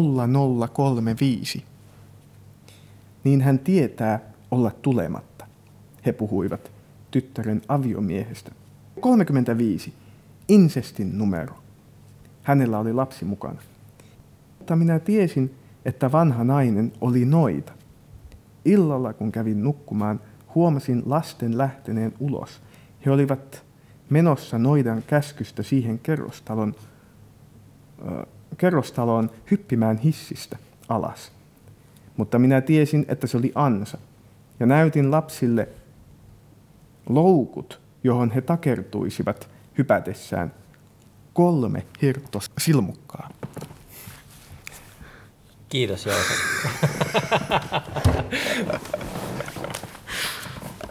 0035. Niin hän tietää olla tulematta, he puhuivat tyttären aviomiehestä. 35. Insestin numero. Hänellä oli lapsi mukana. Mutta minä tiesin, että vanha nainen oli noita. Illalla, kun kävin nukkumaan, huomasin lasten lähteneen ulos. He olivat menossa noidan käskystä siihen kerrostaloon hyppimään hissistä alas. Mutta minä tiesin, että se oli ansa, ja näytin lapsille loukut, johon he takertuisivat hypätessään 3 hirttosilmukkaa. Kiitos, Joosef.